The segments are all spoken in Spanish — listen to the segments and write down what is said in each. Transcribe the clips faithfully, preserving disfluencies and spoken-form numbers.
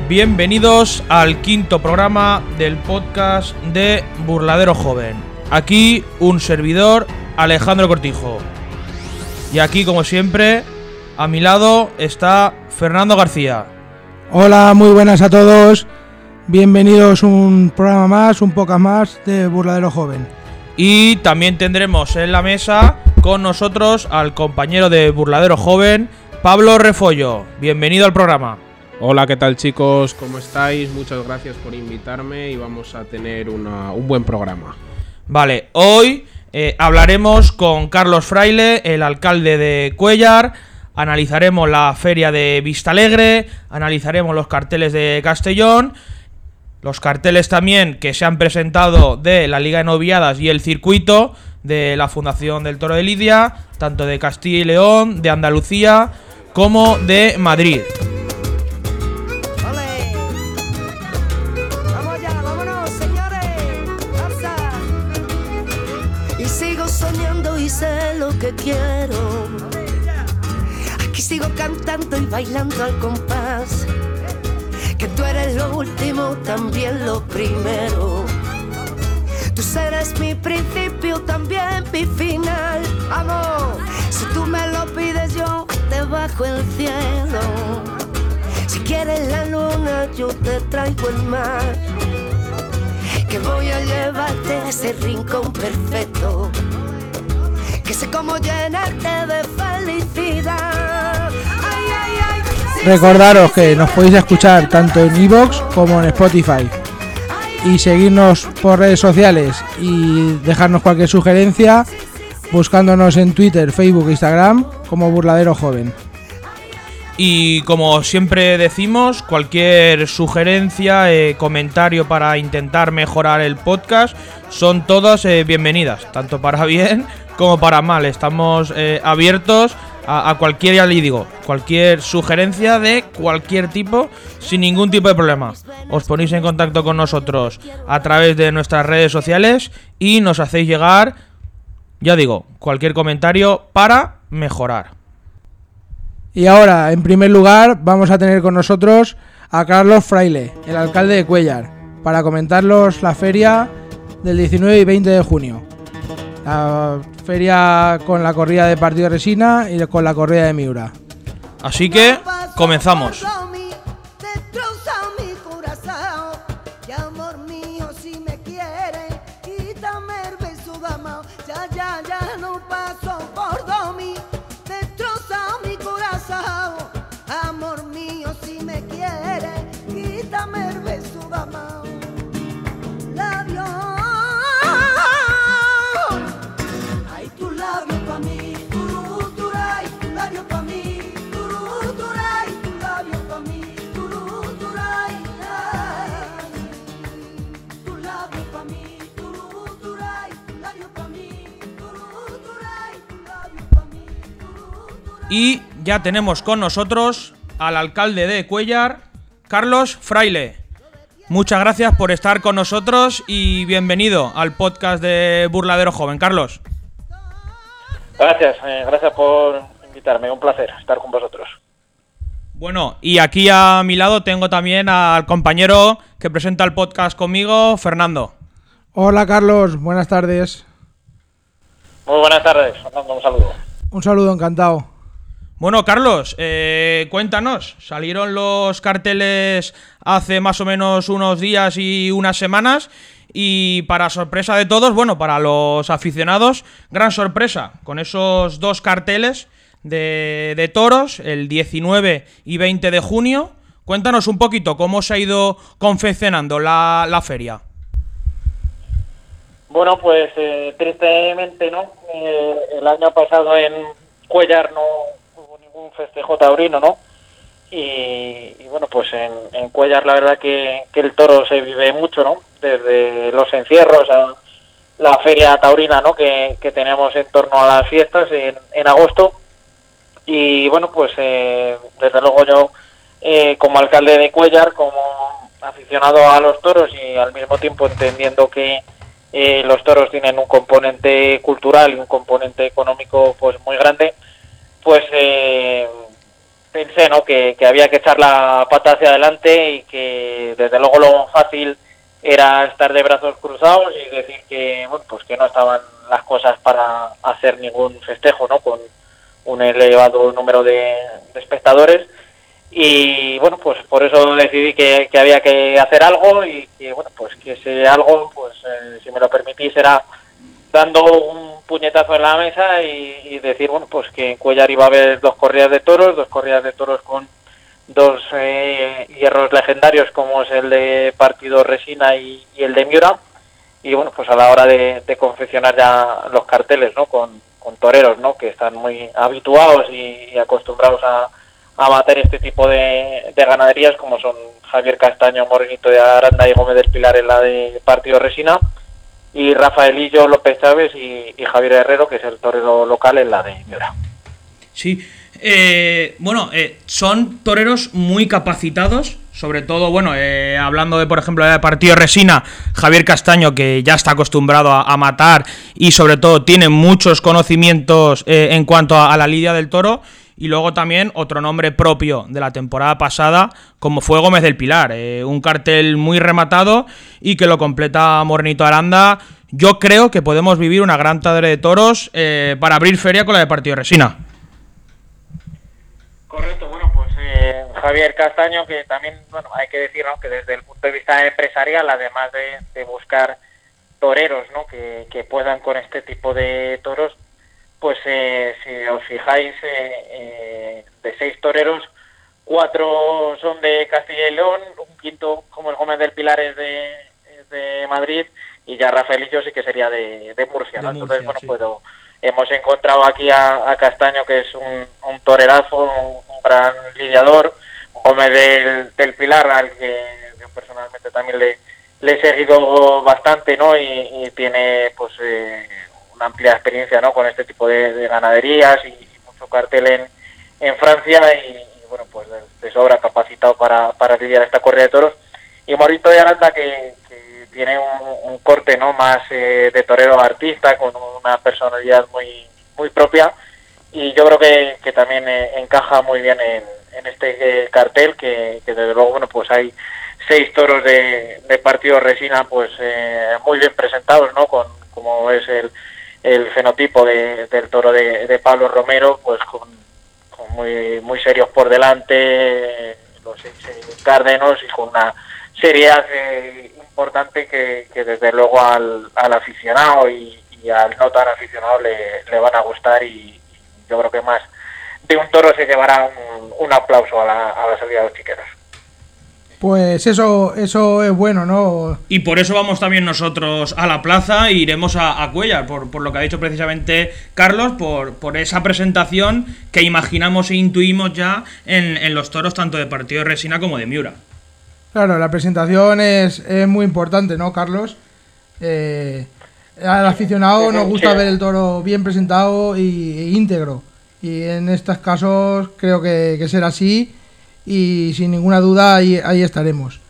Bienvenidos al quinto programa del podcast de Burladero Joven. Aquí un servidor, Alejandro Cortijo. Y aquí, como siempre, a mi lado está Fernando García. Hola, muy buenas a todos. Bienvenidos a un programa más, un podcast más de Burladero Joven. Y también tendremos en la mesa con nosotros al compañero de Burladero Joven, Pablo Refollo. Bienvenido al programa. Hola, ¿qué tal, chicos? ¿Cómo estáis? Muchas gracias por invitarme y vamos a tener una, un buen programa. Vale, hoy eh, hablaremos con Carlos Fraile, el alcalde de Cuéllar. Analizaremos la feria de Vistalegre, analizaremos los carteles de Castellón, los carteles también que se han presentado de la Liga de Noviadas y el circuito de la Fundación del Toro de Lidia, tanto de Castilla y León, de Andalucía, como de Madrid. Sé lo que quiero. Aquí sigo cantando y bailando al compás. Que tú eres lo último, también lo primero. Tú serás mi principio, también mi final. Amor, si tú me lo pides yo te bajo el cielo. Si quieres la luna yo te traigo el mar. Que voy a llevarte a ese rincón perfecto. Que sé cómo llenarte de felicidad. Ay, ay, ay. Sí, Recordaros sí, que sí, nos podéis escuchar tanto en iVoox como en Spotify. Y seguirnos por redes sociales y dejarnos cualquier sugerencia buscándonos en Twitter, Facebook e Instagram como Burladero Joven. Y como siempre decimos, cualquier sugerencia, eh, comentario para intentar mejorar el podcast son todas eh, bienvenidas, tanto para bien como para mal. Estamos eh, abiertos a, a cualquier, ya le digo, cualquier sugerencia de cualquier tipo, sin ningún tipo de problema. Os ponéis en contacto con nosotros a través de nuestras redes sociales y nos hacéis llegar, ya digo, cualquier comentario para mejorar. Y ahora, en primer lugar, vamos a tener con nosotros a Carlos Fraile, el alcalde de Cuéllar, para comentarlos la feria del diecinueve y veinte de junio. La feria con la corrida de partido de resina y con la corrida de Miura. Así que, comenzamos. Y ya tenemos con nosotros al alcalde de Cuéllar, Carlos Fraile. Muchas gracias por estar con nosotros y bienvenido al podcast de Burladero Joven, Carlos. Gracias, eh, gracias por invitarme, un placer estar con vosotros. Bueno, y aquí a mi lado tengo también al compañero que presenta el podcast conmigo, Fernando. Hola Carlos, buenas tardes. Muy buenas tardes, Fernando, un saludo. Un saludo, encantado. Bueno, Carlos, eh, cuéntanos, salieron los carteles hace más o menos unos días y unas semanas y para sorpresa de todos, bueno, para los aficionados, gran sorpresa, con esos dos carteles de, de toros, el diecinueve y veinte de junio. Cuéntanos un poquito cómo se ha ido confeccionando la, la feria. Bueno, pues eh, tristemente, ¿no? Eh, el año pasado en Cuéllar no hubo ningún festejo taurino, ¿no? Y, y bueno, pues en, en Cuéllar la verdad que, que el toro se vive mucho, ¿no? Desde los encierros a la feria taurina, ¿no? Que, que tenemos en torno a las fiestas en, en agosto. Y bueno, pues eh, desde luego yo, eh, como alcalde de Cuéllar, como aficionado a los toros y al mismo tiempo entendiendo que eh, los toros tienen un componente cultural y un componente económico pues muy grande, pues eh, pensé, ¿no? Que, que había que echar la pata hacia adelante y que desde luego lo fácil era estar de brazos cruzados y decir que, bueno, pues que no estaban las cosas para hacer ningún festejo, ¿no? Con un elevado número de, de espectadores. Y bueno, pues por eso decidí que, que había que hacer algo y que, bueno, pues que ese algo, pues eh, si me lo permitís, era dando un puñetazo en la mesa y, y decir, bueno, pues que en Cuéllar iba a haber dos corridas de toros, dos corridas de toros con dos eh, hierros legendarios como es el de Partido Resina y, y el de Miura. Y bueno, pues a la hora de, de confeccionar ya los carteles, ¿no? Con, con toreros, ¿no? Que están muy habituados y, y acostumbrados a a matar este tipo de, de ganaderías, como son Javier Castaño, Morenito de Aranda y Gómez del Pilar en la de Partido Resina, y Rafaelillo López Chávez y, y Javier Herrero, que es el torero local, en la de Miura. Sí, eh, bueno, eh, son toreros muy capacitados, sobre todo, bueno, eh, hablando de, por ejemplo, de Partido Resina, Javier Castaño, que ya está acostumbrado a, a matar y sobre todo tiene muchos conocimientos eh, en cuanto a, a la lidia del toro. Y luego también otro nombre propio de la temporada pasada, como fue Gómez del Pilar. Eh, un cartel muy rematado y que lo completa Morenito Aranda. Yo creo que podemos vivir una gran tarde de toros eh, para abrir feria con la de Partido Resina. Correcto, bueno, pues eh, Javier Castaño, que también, bueno, hay que decir, ¿no? Que desde el punto de vista empresarial, además de, de buscar toreros, ¿no? Que, que puedan con este tipo de toros, pues eh, si os fijáis, eh, eh, de seis toreros, cuatro son de Castilla y León, un quinto, como el Gómez del Pilar, es de, es de Madrid, y ya Rafaelillo sí que sería de, de Murcia, ¿no? De Murcia. Entonces, bueno, sí. Pues hemos encontrado aquí a, a Castaño, que es un, un torerazo, un, un gran lidiador, Gómez del, del Pilar, al que yo personalmente también le, le he seguido bastante, ¿no? Y, y tiene, pues... Eh, una amplia experiencia, ¿no? Con este tipo de, de ganaderías y, y mucho cartel en, en Francia y, y bueno, pues de, de sobra capacitado para, para lidiar esta corrida de toros. Y Morenito de Aranda, que, que tiene un, un corte, ¿no? Más eh, de torero artista, con una personalidad muy muy propia, y yo creo que, que también eh, encaja muy bien en, en este eh, cartel, que, que desde luego, bueno, pues hay seis toros de, de Partido Resina, pues eh, muy bien presentados, ¿no? Con, como es el el fenotipo de, del toro de, de Pablo Romero, pues con, con muy muy serios por delante, los seis cárdenos, y con una seriedad eh, importante que, que desde luego al, al aficionado y, y al no tan aficionado le, le van a gustar, y, y yo creo que más de un toro se llevará un, un aplauso a la, a la salida de los chiqueros. Pues eso eso es bueno, ¿no? Y por eso vamos también nosotros a la plaza e iremos a, a Cuéllar, por, por lo que ha dicho precisamente Carlos, por, por esa presentación que imaginamos e intuimos ya en, en los toros tanto de Partido de Resina como de Miura. Claro, la presentación es, es muy importante, ¿no, Carlos? Eh, al aficionado nos gusta ver el toro bien presentado y, e íntegro. Y en estos casos creo que, que será así. Y sin ninguna duda ahí, ahí estaremos.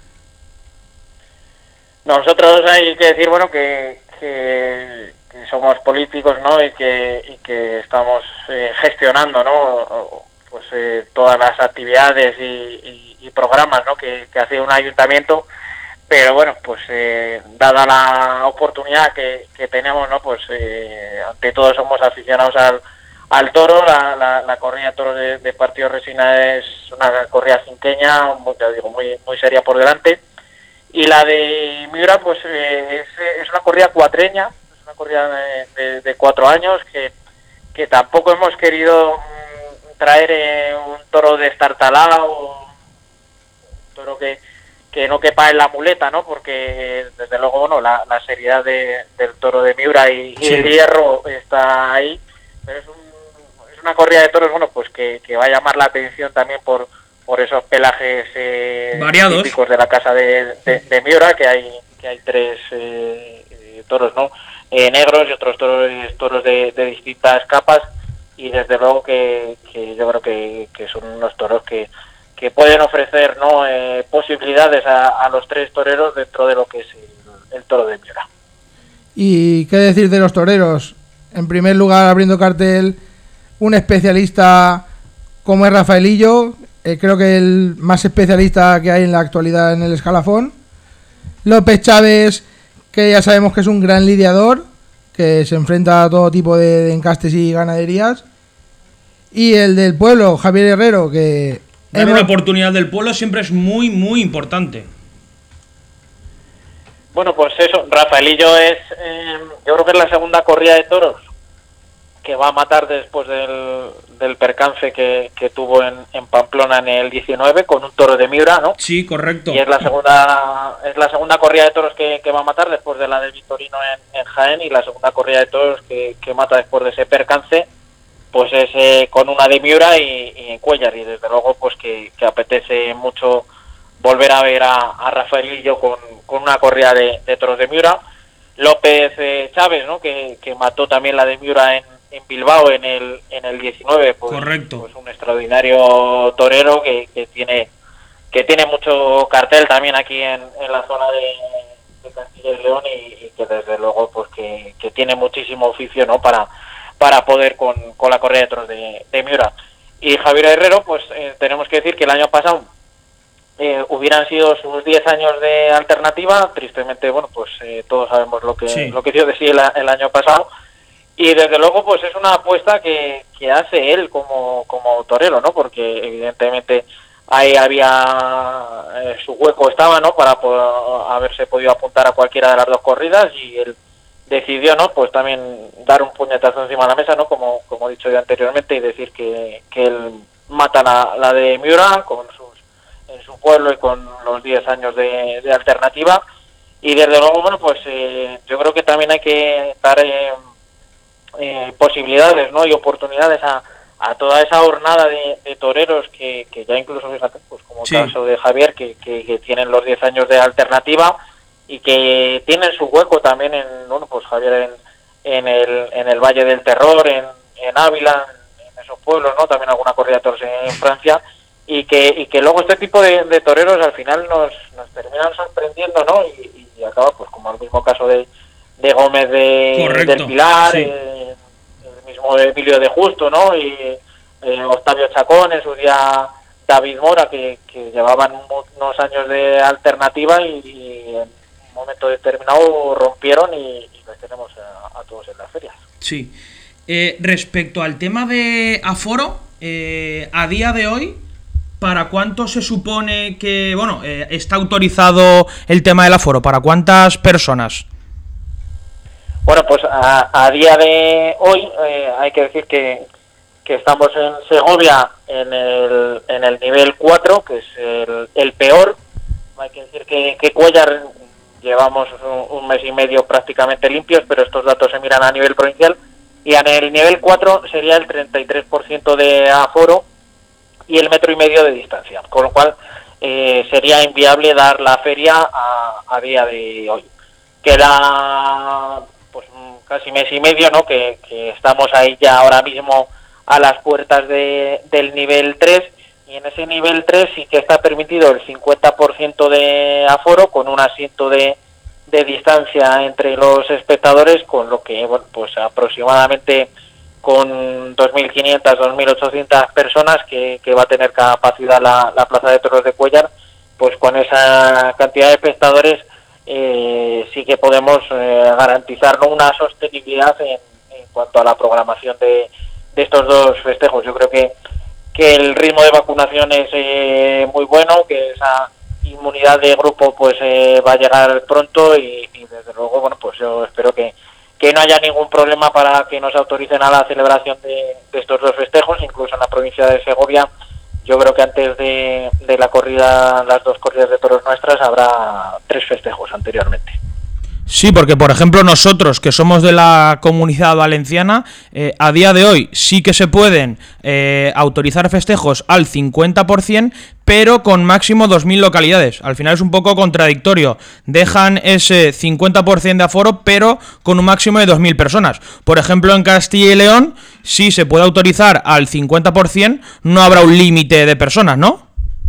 Nosotros hay que decir, bueno, que, que, que somos políticos, ¿no? Y que, y que estamos eh, gestionando, ¿no? Pues eh, todas las actividades y, y, y programas, ¿no? Que, que hace un ayuntamiento, pero bueno, pues eh, dada la oportunidad que, que tenemos, ¿no? Pues eh, ante todo somos aficionados al al toro. La, la, la corrida de toros de, de Partido Resina es una corrida cinqueña, muy, ya digo, muy muy seria por delante, y la de Miura pues eh, es, es una corrida cuatreña, es una corrida de, de, de cuatro años, que, que tampoco hemos querido mm, traer eh, un toro destartalado, un toro que, que no quepa en la muleta, ¿no? Porque desde luego, bueno, la, la seriedad de, del toro de Miura y, y el hierro está ahí, pero es un una corrida de toros, bueno, pues que, que va a llamar la atención también por por esos pelajes eh, variados, típicos de la casa de, de, de Miura, que hay que hay tres eh, eh, toros, ¿no? Eh, negros y otros toros toros de, de distintas capas, y desde luego que, que yo creo que, que son unos toros que, que pueden ofrecer, ¿no? Eh, posibilidades a, a los tres toreros dentro de lo que es el, el toro de Miura. ¿Y qué decir de los toreros? En primer lugar, abriendo cartel, un especialista como es Rafaelillo, eh, creo que el más especialista que hay en la actualidad en el escalafón. López Chávez, que ya sabemos que es un gran lidiador, que se enfrenta a todo tipo de, de encastes y ganaderías. Y el del pueblo, Javier Herrero, que... Dar hemos... una oportunidad del pueblo siempre es muy, muy importante. Bueno, pues eso, Rafaelillo es, eh, yo creo que es la segunda corrida de toros que va a matar después del, del percance que, que tuvo en, en Pamplona en el diecinueve con un toro de Miura, ¿no? Sí, correcto. Y es la segunda es la segunda corrida de toros que, que va a matar después de la de Victorino en, en Jaén, y la segunda corrida de toros que, que mata después de ese percance, pues es eh, con una de Miura y, y en Cuéllar, y desde luego pues que, que apetece mucho volver a ver a, a Rafaelillo con, con una corrida de, de toros de Miura. López eh, Chávez, ¿no? Que, que mató también la de Miura en, en Bilbao en el en el diecinueve, pues, correcto. Pues un extraordinario torero que, que tiene que tiene mucho cartel también aquí en, en la zona de, de Castilla y León, y, y que desde luego pues que, que tiene muchísimo oficio, ¿no? para para poder con, con la corrida de toros de, de Miura. Y Javier Herrero, pues eh, tenemos que decir que el año pasado Eh, hubieran sido sus diez años de alternativa. Tristemente, bueno, pues eh, todos sabemos lo que sí. lo que dio de sí el, el año pasado, y desde luego pues es una apuesta que, que hace él como, como torero, ¿no? Porque evidentemente ahí había eh, su hueco estaba, ¿no? Para poder, haberse podido apuntar a cualquiera de las dos corridas, y él decidió, ¿no? Pues también dar un puñetazo encima de la mesa, ¿no? Como, como he dicho yo anteriormente, y decir que, que él mata la, la de Miura con sus en su pueblo y con los diez años de, de alternativa. Y desde luego, bueno, pues eh, yo creo que también hay que dar eh, eh, posibilidades, ¿no? Y oportunidades a, a toda esa hornada de, de toreros que, que ya incluso, fíjate, pues como sí. el caso de Javier, que, que, que tienen los diez años de alternativa y que tienen su hueco también en, bueno, pues Javier en, en el en el Valle del Terror, en, en Ávila, en, en esos pueblos, ¿no? También alguna corrida de toros en, en Francia. Y que, y que luego este tipo de, de toreros al final nos, nos terminan sorprendiendo, ¿no? Y, y acaba pues como el mismo caso de, de Gómez de, del Pilar, sí. eh, el mismo de Emilio de Justo, ¿no? Y eh, Octavio Chacón, en su día David Mora, que, que llevaban unos años de alternativa y, y en un momento determinado rompieron, y, y los tenemos a, a todos en las ferias. Sí. Eh, respecto al tema de aforo, eh, a día de hoy, ¿para cuánto se supone que, bueno, eh, está autorizado el tema del aforo? ¿Para cuántas personas? Bueno, pues a, a día de hoy eh, hay que decir que, que estamos en Segovia en el, en el nivel cuatro, que es el, el peor. Hay que decir que, que Cuéllar llevamos un, un mes y medio prácticamente limpios, pero estos datos se miran a nivel provincial, y en el nivel cuatro sería el treinta y tres por ciento de aforo y el metro y medio de distancia, con lo cual eh, sería inviable dar la feria a, a día de hoy. Queda pues casi mes y medio, ¿no? Que, que estamos ahí ya ahora mismo a las puertas de, del nivel tres, y en ese nivel tres sí que está permitido el cincuenta por ciento de aforo con un asiento de, de distancia entre los espectadores, con lo que, bueno, pues aproximadamente con dos mil quinientas, dos mil ochocientas personas que, que va a tener capacidad la, la Plaza de Toros de Cuéllar, pues con esa cantidad de espectadores eh, sí que podemos eh, garantizar, ¿no? Una sostenibilidad en, en cuanto a la programación de, de estos dos festejos. Yo creo que, que el ritmo de vacunación es eh, muy bueno, que esa inmunidad de grupo pues eh, va a llegar pronto, y, y desde luego, bueno, pues yo espero que que no haya ningún problema para que nos autoricen a la celebración de, de estos dos festejos. Incluso en la provincia de Segovia, yo creo que antes de, de la corrida, las dos corridas de toros nuestras, habrá tres festejos anteriormente. Sí, porque por ejemplo nosotros, que somos de la Comunidad Valenciana, eh, a día de hoy sí que se pueden eh, autorizar festejos al cincuenta por ciento, pero con máximo dos mil localidades. Al final es un poco contradictorio. Dejan ese cincuenta por ciento de aforo, pero con un máximo de dos mil personas. Por ejemplo, en Castilla y León sí se puede autorizar al cincuenta por ciento, no habrá un límite de personas, ¿no?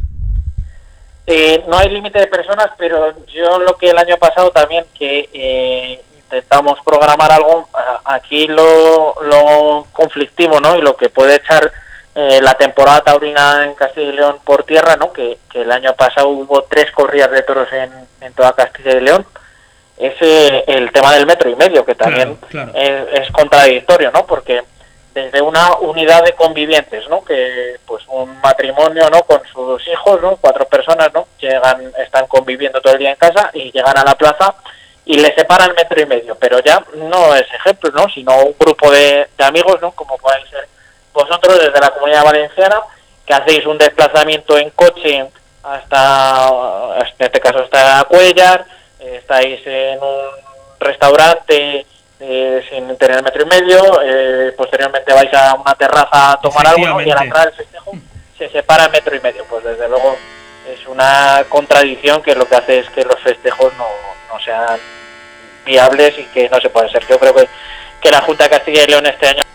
Eh, no hay límite de personas, pero yo lo que el año pasado también que eh, intentamos programar algo, aquí lo, lo conflictivo, ¿no? Y lo que puede echar eh, la temporada taurina en Castilla y León por tierra, ¿no? Que, que el año pasado hubo tres corridas de toros en, en toda Castilla y León. Es eh, el tema del metro y medio, que también claro, claro. Es, es contradictorio, ¿no? Porque desde una unidad de convivientes, ¿no? Que pues un matrimonio, ¿no? Con sus hijos, ¿no? Cuatro personas, ¿no? Llegan, están conviviendo todo el día en casa y llegan a la plaza y les separan metro y medio, pero ya no es ejemplo, ¿no? Sino un grupo de, de amigos, ¿no? Como podéis ser vosotros desde la Comunidad Valenciana, que hacéis un desplazamiento en coche hasta, en este caso hasta Cuéllar, eh, estáis en un restaurante eh, sin tener metro y medio, eh, posteriormente vais a una terraza a tomar algo, ¿no? Y a la entrada del festejo se separa el metro y medio. Pues desde luego es una contradicción que lo que hace es que los festejos no, no sean viables y que no se pueden ser. Yo creo que, que la Junta de Castilla y León este año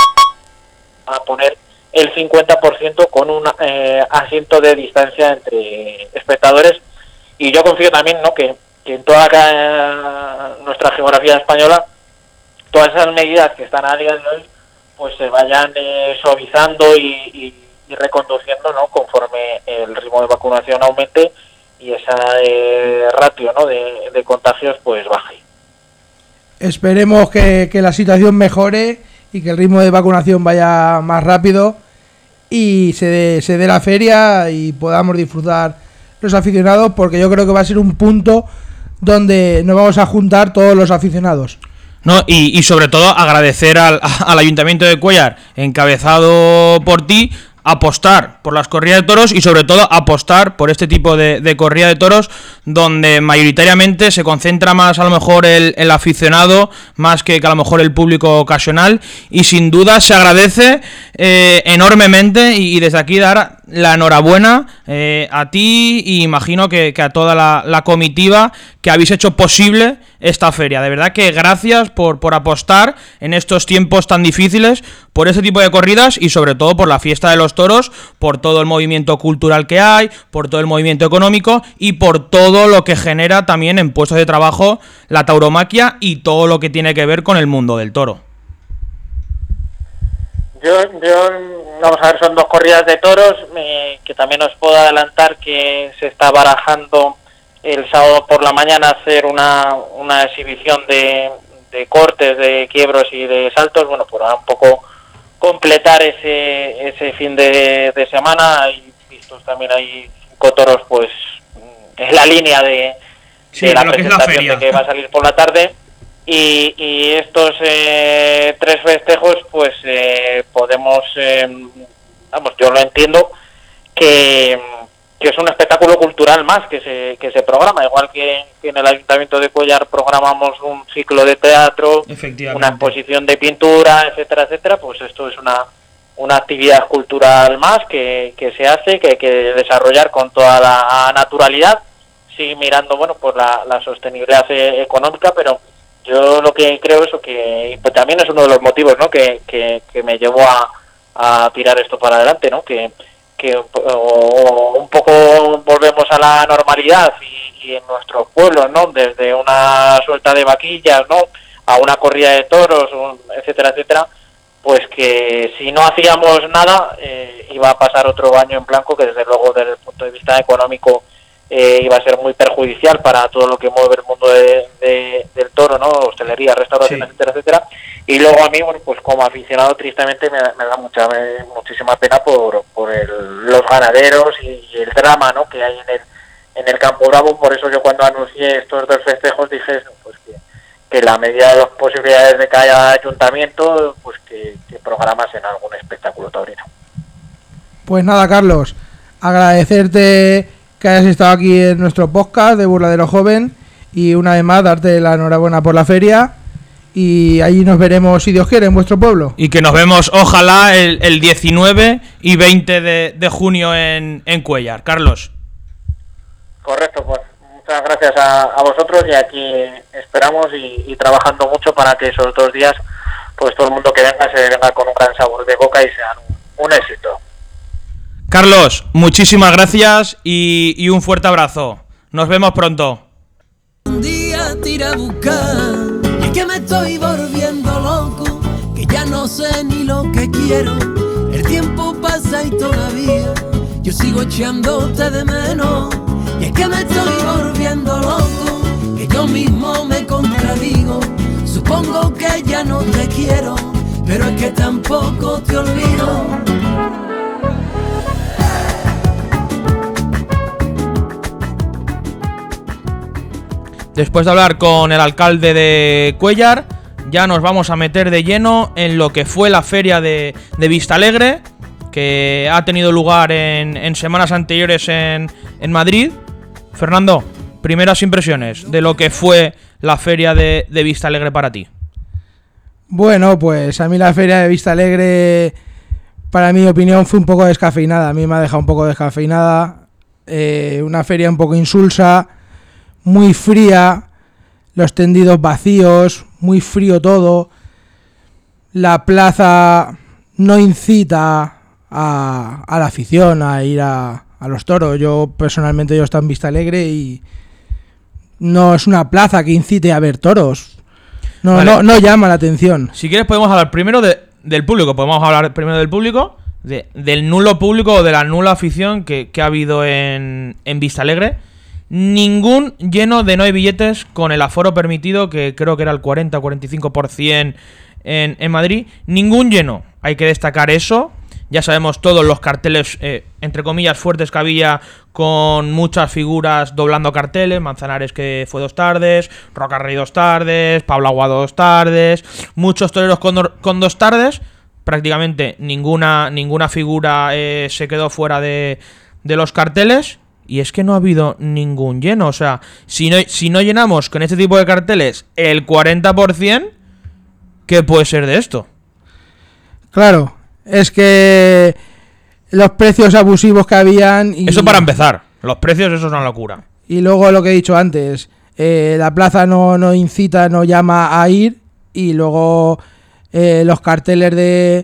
va a poner el cincuenta por ciento con un eh, asiento de distancia entre espectadores, y yo confío también, ¿no? que, que en toda acá, nuestra geografía española, todas esas medidas que están a día de hoy pues se vayan eh, suavizando y, y, y reconduciendo, ¿no? Conforme el ritmo de vacunación aumente y esa eh, ratio, ¿no? de, de contagios pues baje. Esperemos que, que la situación mejore y que el ritmo de vacunación vaya más rápido y se dé, se dé la feria y podamos disfrutar los aficionados, porque yo creo que va a ser un punto donde nos vamos a juntar todos los aficionados. No, y, y sobre todo agradecer al, al Ayuntamiento de Cuéllar, encabezado por ti, apostar por las corridas de toros y sobre todo apostar por este tipo de, de corrida de toros donde mayoritariamente se concentra más a lo mejor el, el aficionado más que, que a lo mejor el público ocasional, y sin duda se agradece eh, enormemente y, y desde aquí dar la enhorabuena eh, a ti y imagino que, que a toda la, la comitiva que habéis hecho posible esta feria. De verdad que gracias por, por apostar en estos tiempos tan difíciles por ese tipo de corridas y sobre todo por la fiesta de los toros, por todo el movimiento cultural que hay, por todo el movimiento económico y por todo lo que genera también en puestos de trabajo la tauromaquia y todo lo que tiene que ver con el mundo del toro. Yo, yo, vamos a ver, son dos corridas de toros, eh, que también os puedo adelantar que se está barajando el sábado por la mañana hacer una, una exhibición de, de cortes, de quiebros y de saltos, bueno, para un poco completar ese ese fin de, de semana. Hay vistos también, hay cinco toros, pues, en la línea de, sí, de la lo presentación que es la de que va a salir por la tarde. Y, y estos eh, tres festejos, pues eh, podemos, eh, vamos, yo lo entiendo, que, que es un espectáculo cultural más que se, que se programa, igual que, que en el Ayuntamiento de Cuéllar programamos un ciclo de teatro, una exposición de pintura, etcétera, etcétera, pues esto es una, una actividad cultural más que, que se hace, que hay que desarrollar con toda la naturalidad, sí mirando, bueno, pues la, la sostenibilidad económica, pero yo lo que creo es que pues también es uno de los motivos, ¿no? que, que, que me llevó a, a tirar esto para adelante, ¿no? que, que o, o un poco volvemos a la normalidad y, y en nuestros pueblos, ¿no? Desde una suelta de vaquillas, ¿no? A una corrida de toros, un, etcétera, etcétera, pues que si no hacíamos nada eh, iba a pasar otro año en blanco que desde luego desde el punto de vista económico Eh, iba a ser muy perjudicial para todo lo que mueve el mundo de, de, del toro, ¿no? Hostelería, restauración, sí, etcétera, etcétera. Y luego a mí, bueno, pues como aficionado, tristemente me, me da mucha, me, muchísima pena por, por el, los ganaderos y, y el drama, ¿no? Que hay en el, en el Campo Bravo. Por eso yo cuando anuncié estos dos festejos dije, pues que, que la medida de las posibilidades de cada ayuntamiento, pues que, que programasen algún espectáculo taurino. Pues nada, Carlos, agradecerte que hayas estado aquí en nuestro podcast de Burladero Joven y una vez más darte la enhorabuena por la feria y allí nos veremos, si Dios quiere, en vuestro pueblo. Y que nos vemos, ojalá, el, el diecinueve y veinte de, de junio en, en Cuéllar. Carlos. Correcto, pues muchas gracias a, a vosotros y aquí esperamos y, y trabajando mucho para que esos dos días pues todo el mundo que venga se venga con un gran sabor de boca y sean un, un éxito. Carlos, muchísimas gracias y, y un fuerte abrazo. Nos vemos pronto. Un día te iré a buscar, y es que me estoy volviendo loco, que ya no sé ni lo que quiero. El tiempo pasa. seis todavía, yo sigo echándote de menos. Y es que me estoy volviendo loco, que yo mismo me contradigo. Supongo que ya no te quiero, pero es que tampoco te olvido. Después de hablar con el alcalde de Cuéllar, ya nos vamos a meter de lleno en lo que fue la feria de, de Vistalegre, que ha tenido lugar en, en semanas anteriores en, en Madrid. Fernando, primeras impresiones de lo que fue la feria de, de Vistalegre para ti. Bueno, pues a mí la feria de Vistalegre, para mi opinión, fue un poco descafeinada. A mí me ha dejado un poco descafeinada. Eh, una feria un poco insulsa, muy fría, los tendidos vacíos, muy frío todo. La plaza no incita a, a la afición a ir a, a los toros. Yo personalmente yo estoy en Vistalegre y no es una plaza que incite a ver toros. No, vale. no, no llama la atención. Si quieres podemos hablar primero de, del público. Podemos hablar primero del público, de, del nulo público o de la nula afición que, que ha habido en, en Vistalegre. Ningún lleno de no hay billetes con el aforo permitido, que creo que era el cuarenta o cuarenta y cinco por ciento en, en Madrid. Ningún lleno. Hay que destacar eso. Ya sabemos todos los carteles, eh, entre comillas, fuertes que había, con muchas figuras doblando carteles. Manzanares, que fue dos tardes, Rocarrey dos tardes, Pablo Aguado dos tardes, muchos toreros con, do- con dos tardes. Prácticamente ninguna, ninguna figura eh, se quedó fuera de, de los carteles. Y es que no ha habido ningún lleno. O sea, si no, si no llenamos con este tipo de carteles el cuarenta por ciento, ¿qué puede ser de esto? Claro, es que los precios abusivos que habían... Y, eso para empezar. Los precios, eso es una locura. Y luego lo que he dicho antes, eh, la plaza no, no incita, no llama a ir. Y luego eh, los carteles de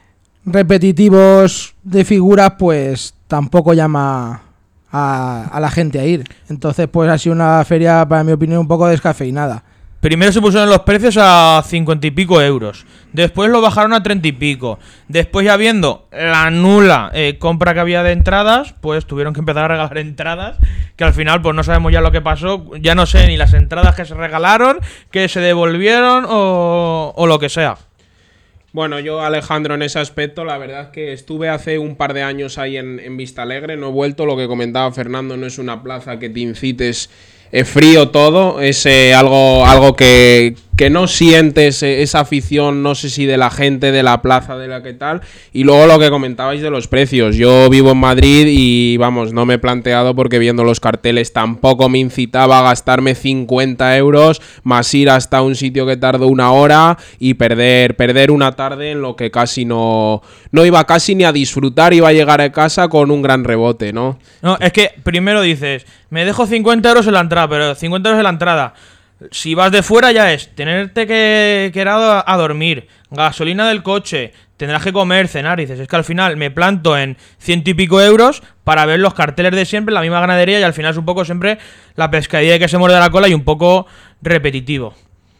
repetitivos de figuras, pues tampoco llama... A, a la gente a ir. Entonces pues ha sido una feria, para mi opinión, un poco descafeinada. Primero se pusieron los precios a cincuenta y pico euros, después lo bajaron a treinta y pico, después, ya viendo la nula eh, compra que había de entradas, pues tuvieron que empezar a regalar entradas, que al final pues no sabemos ya lo que pasó. Ya no sé ni las entradas que se regalaron, que se devolvieron o, o lo que sea. Bueno, yo, Alejandro, en ese aspecto, la verdad es que estuve hace un par de años ahí en, en Vistalegre, no he vuelto. Lo que comentaba Fernando, no es una plaza que te incites, eh, frío todo, es eh, algo, algo que, que no sientes eh, esa afición, no sé si de la gente, de la plaza, de la que tal. Y luego lo que comentabais de los precios. Yo vivo en Madrid y, vamos, no me he planteado, porque viendo los carteles tampoco me incitaba a gastarme cincuenta euros más ir hasta un sitio que tardó una hora y perder, perder una tarde en lo que casi no, no iba casi ni a disfrutar, iba a llegar a casa con un gran rebote, ¿no? No, es que primero dices, me dejo cincuenta euros en la entrada, pero cincuenta euros en la entrada. Si vas de fuera ya es tenerte que quedar a, a dormir, gasolina del coche, tendrás que comer, cenar. Y dices, es que al final me planto en ciento y pico euros para ver los carteles de siempre, la misma ganadería, y al final es un poco siempre la pescadilla que se muerde la cola y un poco repetitivo.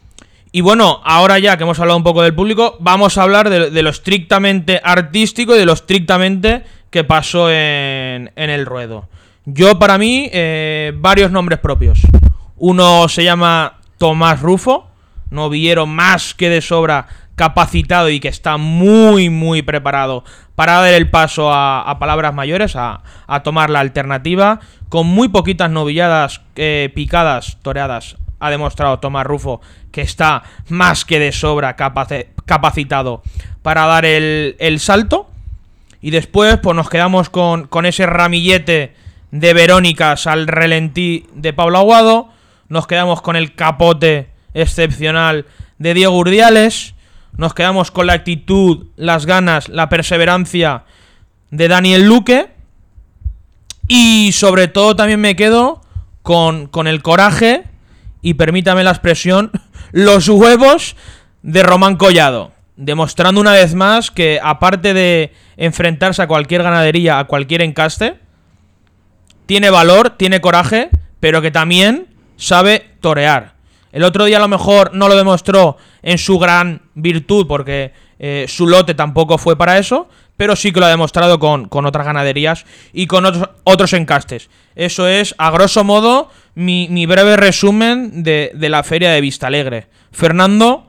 Y bueno, ahora ya que hemos hablado un poco del público, vamos a hablar de, de lo estrictamente artístico y de lo estrictamente que pasó en, en el ruedo. Yo, para mí, eh, varios nombres propios. Uno se llama Tomás Rufo, novillero más que de sobra capacitado y que está muy, muy preparado para dar el paso a, a palabras mayores, a, a tomar la alternativa. Con muy poquitas novilladas eh, picadas, toreadas, ha demostrado Tomás Rufo que está más que de sobra capac- capacitado para dar el, el salto. Y después pues nos quedamos con, con ese ramillete de Verónicas al relentí de Pablo Aguado. Nos quedamos con el capote excepcional de Diego Urdiales. Nos quedamos con la actitud, las ganas, la perseverancia de Daniel Luque. Y sobre todo también me quedo con, con el coraje, y permítame la expresión, los huevos de Román Collado. Demostrando una vez más que, aparte de enfrentarse a cualquier ganadería, a cualquier encaste, tiene valor, tiene coraje, pero que también sabe torear. El otro día a lo mejor no lo demostró en su gran virtud, porque eh, su lote tampoco fue para eso, pero sí que lo ha demostrado con, con otras ganaderías y con otros, otros encastes. Eso es, a grosso modo, mi, mi breve resumen de, de la feria de Vistalegre. Fernando.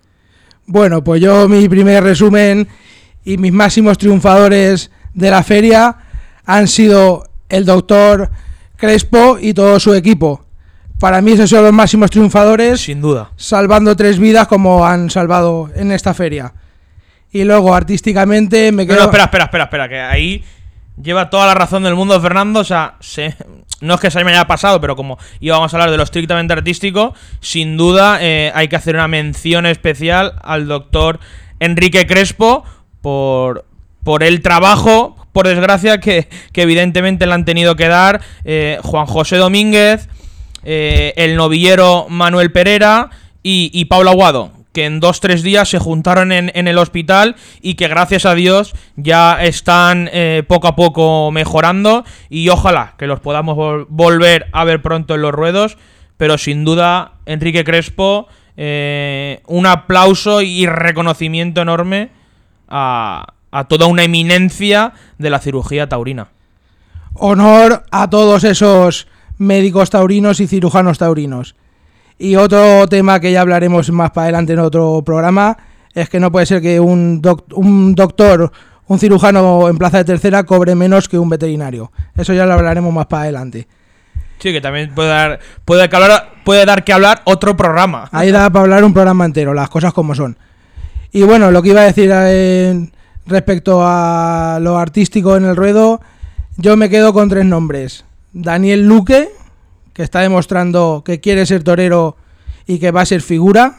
Bueno, pues yo mi primer resumen y mis máximos triunfadores de la feria han sido el doctor Crespo y todo su equipo. Para mí esos son los máximos triunfadores. Sin duda. Salvando tres vidas como han salvado en esta feria. Y luego, artísticamente, me quedo... No, no, espera, espera, espera, espera, que ahí lleva toda la razón del mundo Fernando. O sea, se... no es que se me haya pasado, pero como íbamos a hablar de lo estrictamente artístico, sin duda eh, hay que hacer una mención especial al doctor Enrique Crespo por, por el trabajo, por desgracia, que, que evidentemente le han tenido que dar eh, Juan José Domínguez, eh, el novillero Manuel Pereira y, y Pablo Aguado, que en dos tres días se juntaron en, en el hospital y que gracias a Dios ya están eh, poco a poco mejorando, y ojalá que los podamos vol- volver a ver pronto en los ruedos. Pero sin duda, Enrique Crespo, eh, un aplauso y reconocimiento enorme a, a toda una eminencia de la cirugía taurina. Honor a todos esos médicos taurinos y cirujanos taurinos. Y otro tema que ya hablaremos más para adelante en otro programa es que no puede ser que un, doc- un doctor, un cirujano en plaza de tercera cobre menos que un veterinario. Eso ya lo hablaremos más para adelante. Sí, que también puede dar, puede que hablar, puede dar que hablar otro programa. Ahí da para hablar un programa entero, las cosas como son. Y bueno, lo que iba a decir eh, respecto a lo artístico en el ruedo, yo me quedo con tres nombres. Daniel Luque, que está demostrando que quiere ser torero y que va a ser figura.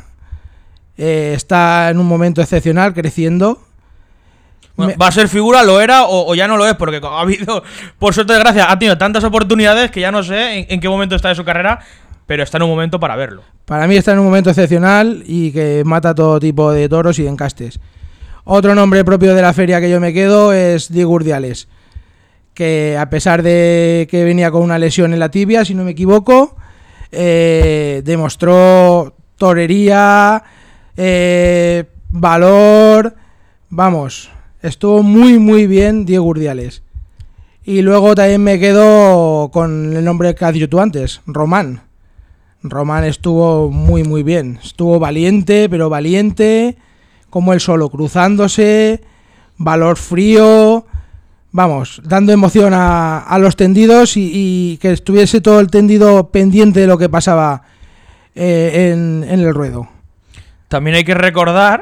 Eh, está en un momento excepcional, creciendo. Bueno, Me... va a ser figura, lo era o, o ya no lo es, porque ha habido, por suerte de gracia, ha tenido tantas oportunidades que ya no sé en, en qué momento está de su carrera, pero está en un momento para verlo. Para mí está en un momento excepcional y que mata todo tipo de toros y encastes. Otro nombre propio de la feria que yo me quedo es Diego Urdiales, que a pesar de que venía con una lesión en la tibia, si no me equivoco, eh, demostró torería, eh, valor, vamos, estuvo muy muy bien Diego Urdiales. Y luego también me quedo con el nombre que has dicho tú antes, Román. Román estuvo muy muy bien, estuvo valiente, pero valiente, como él solo, cruzándose, valor frío... Vamos, dando emoción a, a los tendidos y, y que estuviese todo el tendido pendiente de lo que pasaba eh, en, en el ruedo. También hay que recordar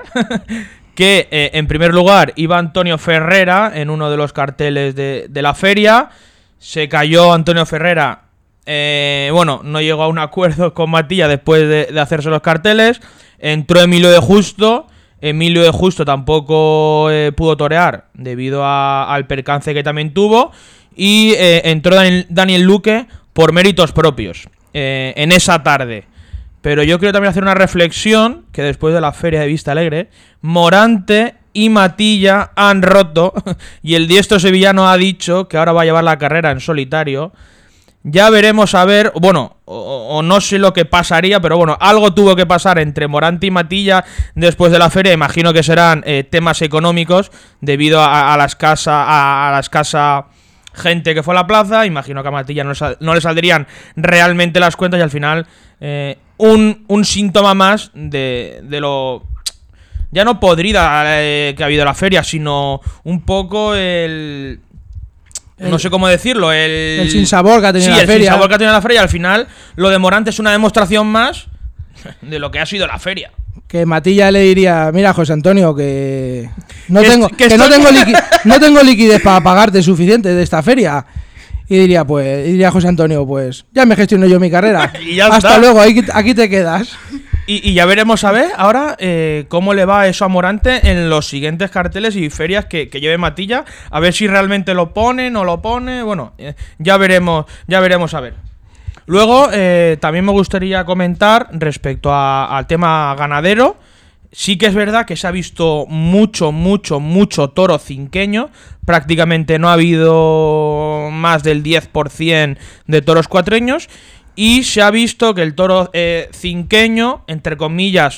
que eh, en primer lugar iba Antonio Ferrera en uno de los carteles de, de la feria. Se cayó Antonio Ferrera, eh, bueno, no llegó a un acuerdo con Matilla después de, de hacerse los carteles. Entró Emilio de Justo. Emilio de Justo tampoco eh, pudo torear debido a, al percance que también tuvo. Y eh, entró Daniel, Daniel Luque por méritos propios eh, en esa tarde. Pero yo quiero también hacer una reflexión, que después de la feria de Vistalegre, Morante y Matilla han roto y el diestro sevillano ha dicho que ahora va a llevar la carrera en solitario. Ya veremos a ver, bueno, o, o no sé lo que pasaría, pero bueno, algo tuvo que pasar entre Morante y Matilla después de la feria. Imagino que serán eh, temas económicos debido a, a, la escasa, a, a la escasa gente que fue a la plaza. Imagino que a Matilla no, sal, no le saldrían realmente las cuentas y al final eh, un, un síntoma más de, de lo... ya no podrida eh, que ha habido la feria, sino un poco el... El, no sé cómo decirlo, el... El sinsabor que ha tenido sí, la el feria. sinsabor que ha tenido la feria. Al final, lo de Morante es una demostración más de lo que ha sido la feria. Que Matilla le diría, mira, José Antonio, que no que tengo, est- que que estoy... no tengo liqui- no tengo liquidez para pagarte suficiente de esta feria. Y diría, pues, y diría José Antonio, pues, ya me gestiono yo mi carrera. Y ya Hasta está. luego, aquí, aquí te quedas. Y, y ya veremos a ver ahora eh, cómo le va eso a Morante en los siguientes carteles y ferias que, que lleve Matilla. A ver si realmente lo pone, no lo pone. Bueno, eh, ya veremos, ya veremos a ver. Luego, eh, también me gustaría comentar respecto a, al tema ganadero. Sí que es verdad que se ha visto mucho, mucho, mucho toro cinqueño. Prácticamente no ha habido más del diez por ciento de toros cuatreños. Y se ha visto que el toro eh, cinqueño, entre comillas,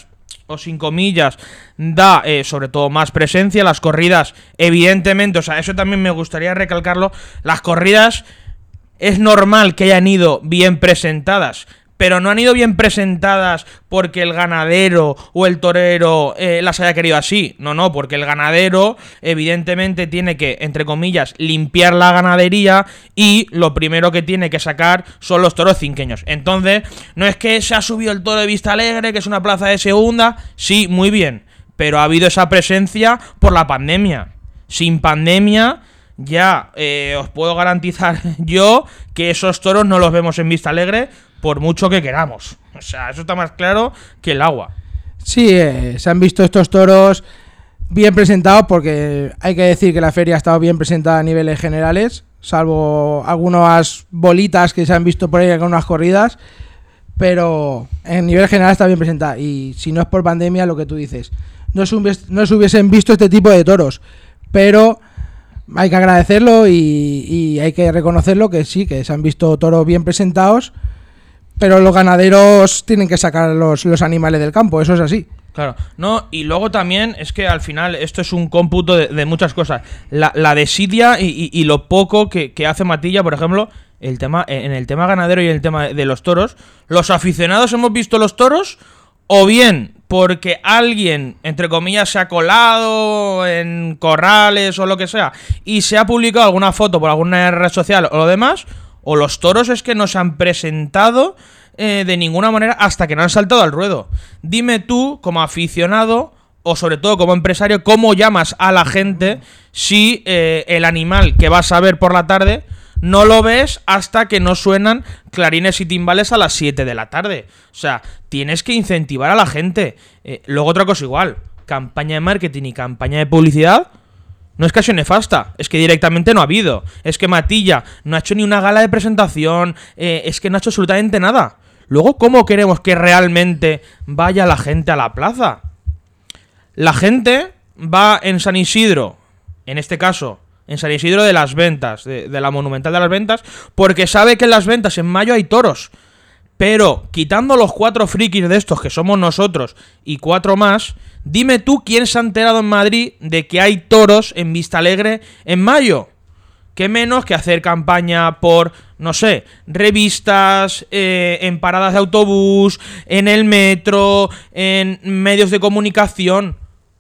o sin comillas, da eh, sobre todo más presencia. Las corridas, evidentemente, o sea, eso también me gustaría recalcarlo, las corridas es normal que hayan ido bien presentadas, pero no han ido bien presentadas porque el ganadero o el torero eh, las haya querido así. No, no, porque el ganadero evidentemente tiene que, entre comillas, limpiar la ganadería y lo primero que tiene que sacar son los toros cinqueños. Entonces, no es que se ha subido el toro de Vistalegre, que es una plaza de segunda, sí, muy bien, pero ha habido esa presencia por la pandemia. Sin pandemia, ya eh, os puedo garantizar yo que esos toros no los vemos en Vistalegre por mucho que queramos. O sea, eso está más claro que el agua. Sí, eh, se han visto estos toros bien presentados, porque hay que decir que la feria ha estado bien presentada a niveles generales, salvo algunas bolitas que se han visto por ahí con unas corridas, pero en nivel general está bien presentada. Y si no es por pandemia, lo que tú dices, no se, hubies, no se hubiesen visto este tipo de toros, pero hay que agradecerlo y, y hay que reconocerlo, que sí, que se han visto toros bien presentados, pero los ganaderos tienen que sacar los, los animales del campo, eso es así. Claro, no, y luego también es que al final esto es un cómputo de, de muchas cosas. La, la desidia y, y, y lo poco que, que hace Matilla, por ejemplo, el tema en el tema ganadero y en el tema de los toros. Los aficionados hemos visto los toros o bien porque alguien, entre comillas, se ha colado en corrales o lo que sea y se ha publicado alguna foto por alguna red social o lo demás, o los toros es que no se han presentado eh, de ninguna manera hasta que no han saltado al ruedo. Dime tú, como aficionado, o sobre todo como empresario, cómo llamas a la gente si eh, el animal que vas a ver por la tarde no lo ves hasta que no suenan clarines y timbales a las siete de la tarde. O sea, tienes que incentivar a la gente. Eh, luego otra cosa igual, campaña de marketing y campaña de publicidad no es casi nefasta, es que directamente no ha habido. Es que Matilla no ha hecho ni una gala de presentación, eh, es que no ha hecho absolutamente nada. Luego, ¿cómo queremos que realmente vaya la gente a la plaza? La gente va en San Isidro, en este caso, en San Isidro de las Ventas, de, de la Monumental de las Ventas, porque sabe que en las Ventas en mayo hay toros. Pero, quitando los cuatro frikis de estos que somos nosotros y cuatro más, dime tú quién se ha enterado en Madrid de que hay toros en Vistalegre en mayo. ¿Qué menos que hacer campaña por, no sé, revistas, eh, en paradas de autobús, en el metro, en medios de comunicación?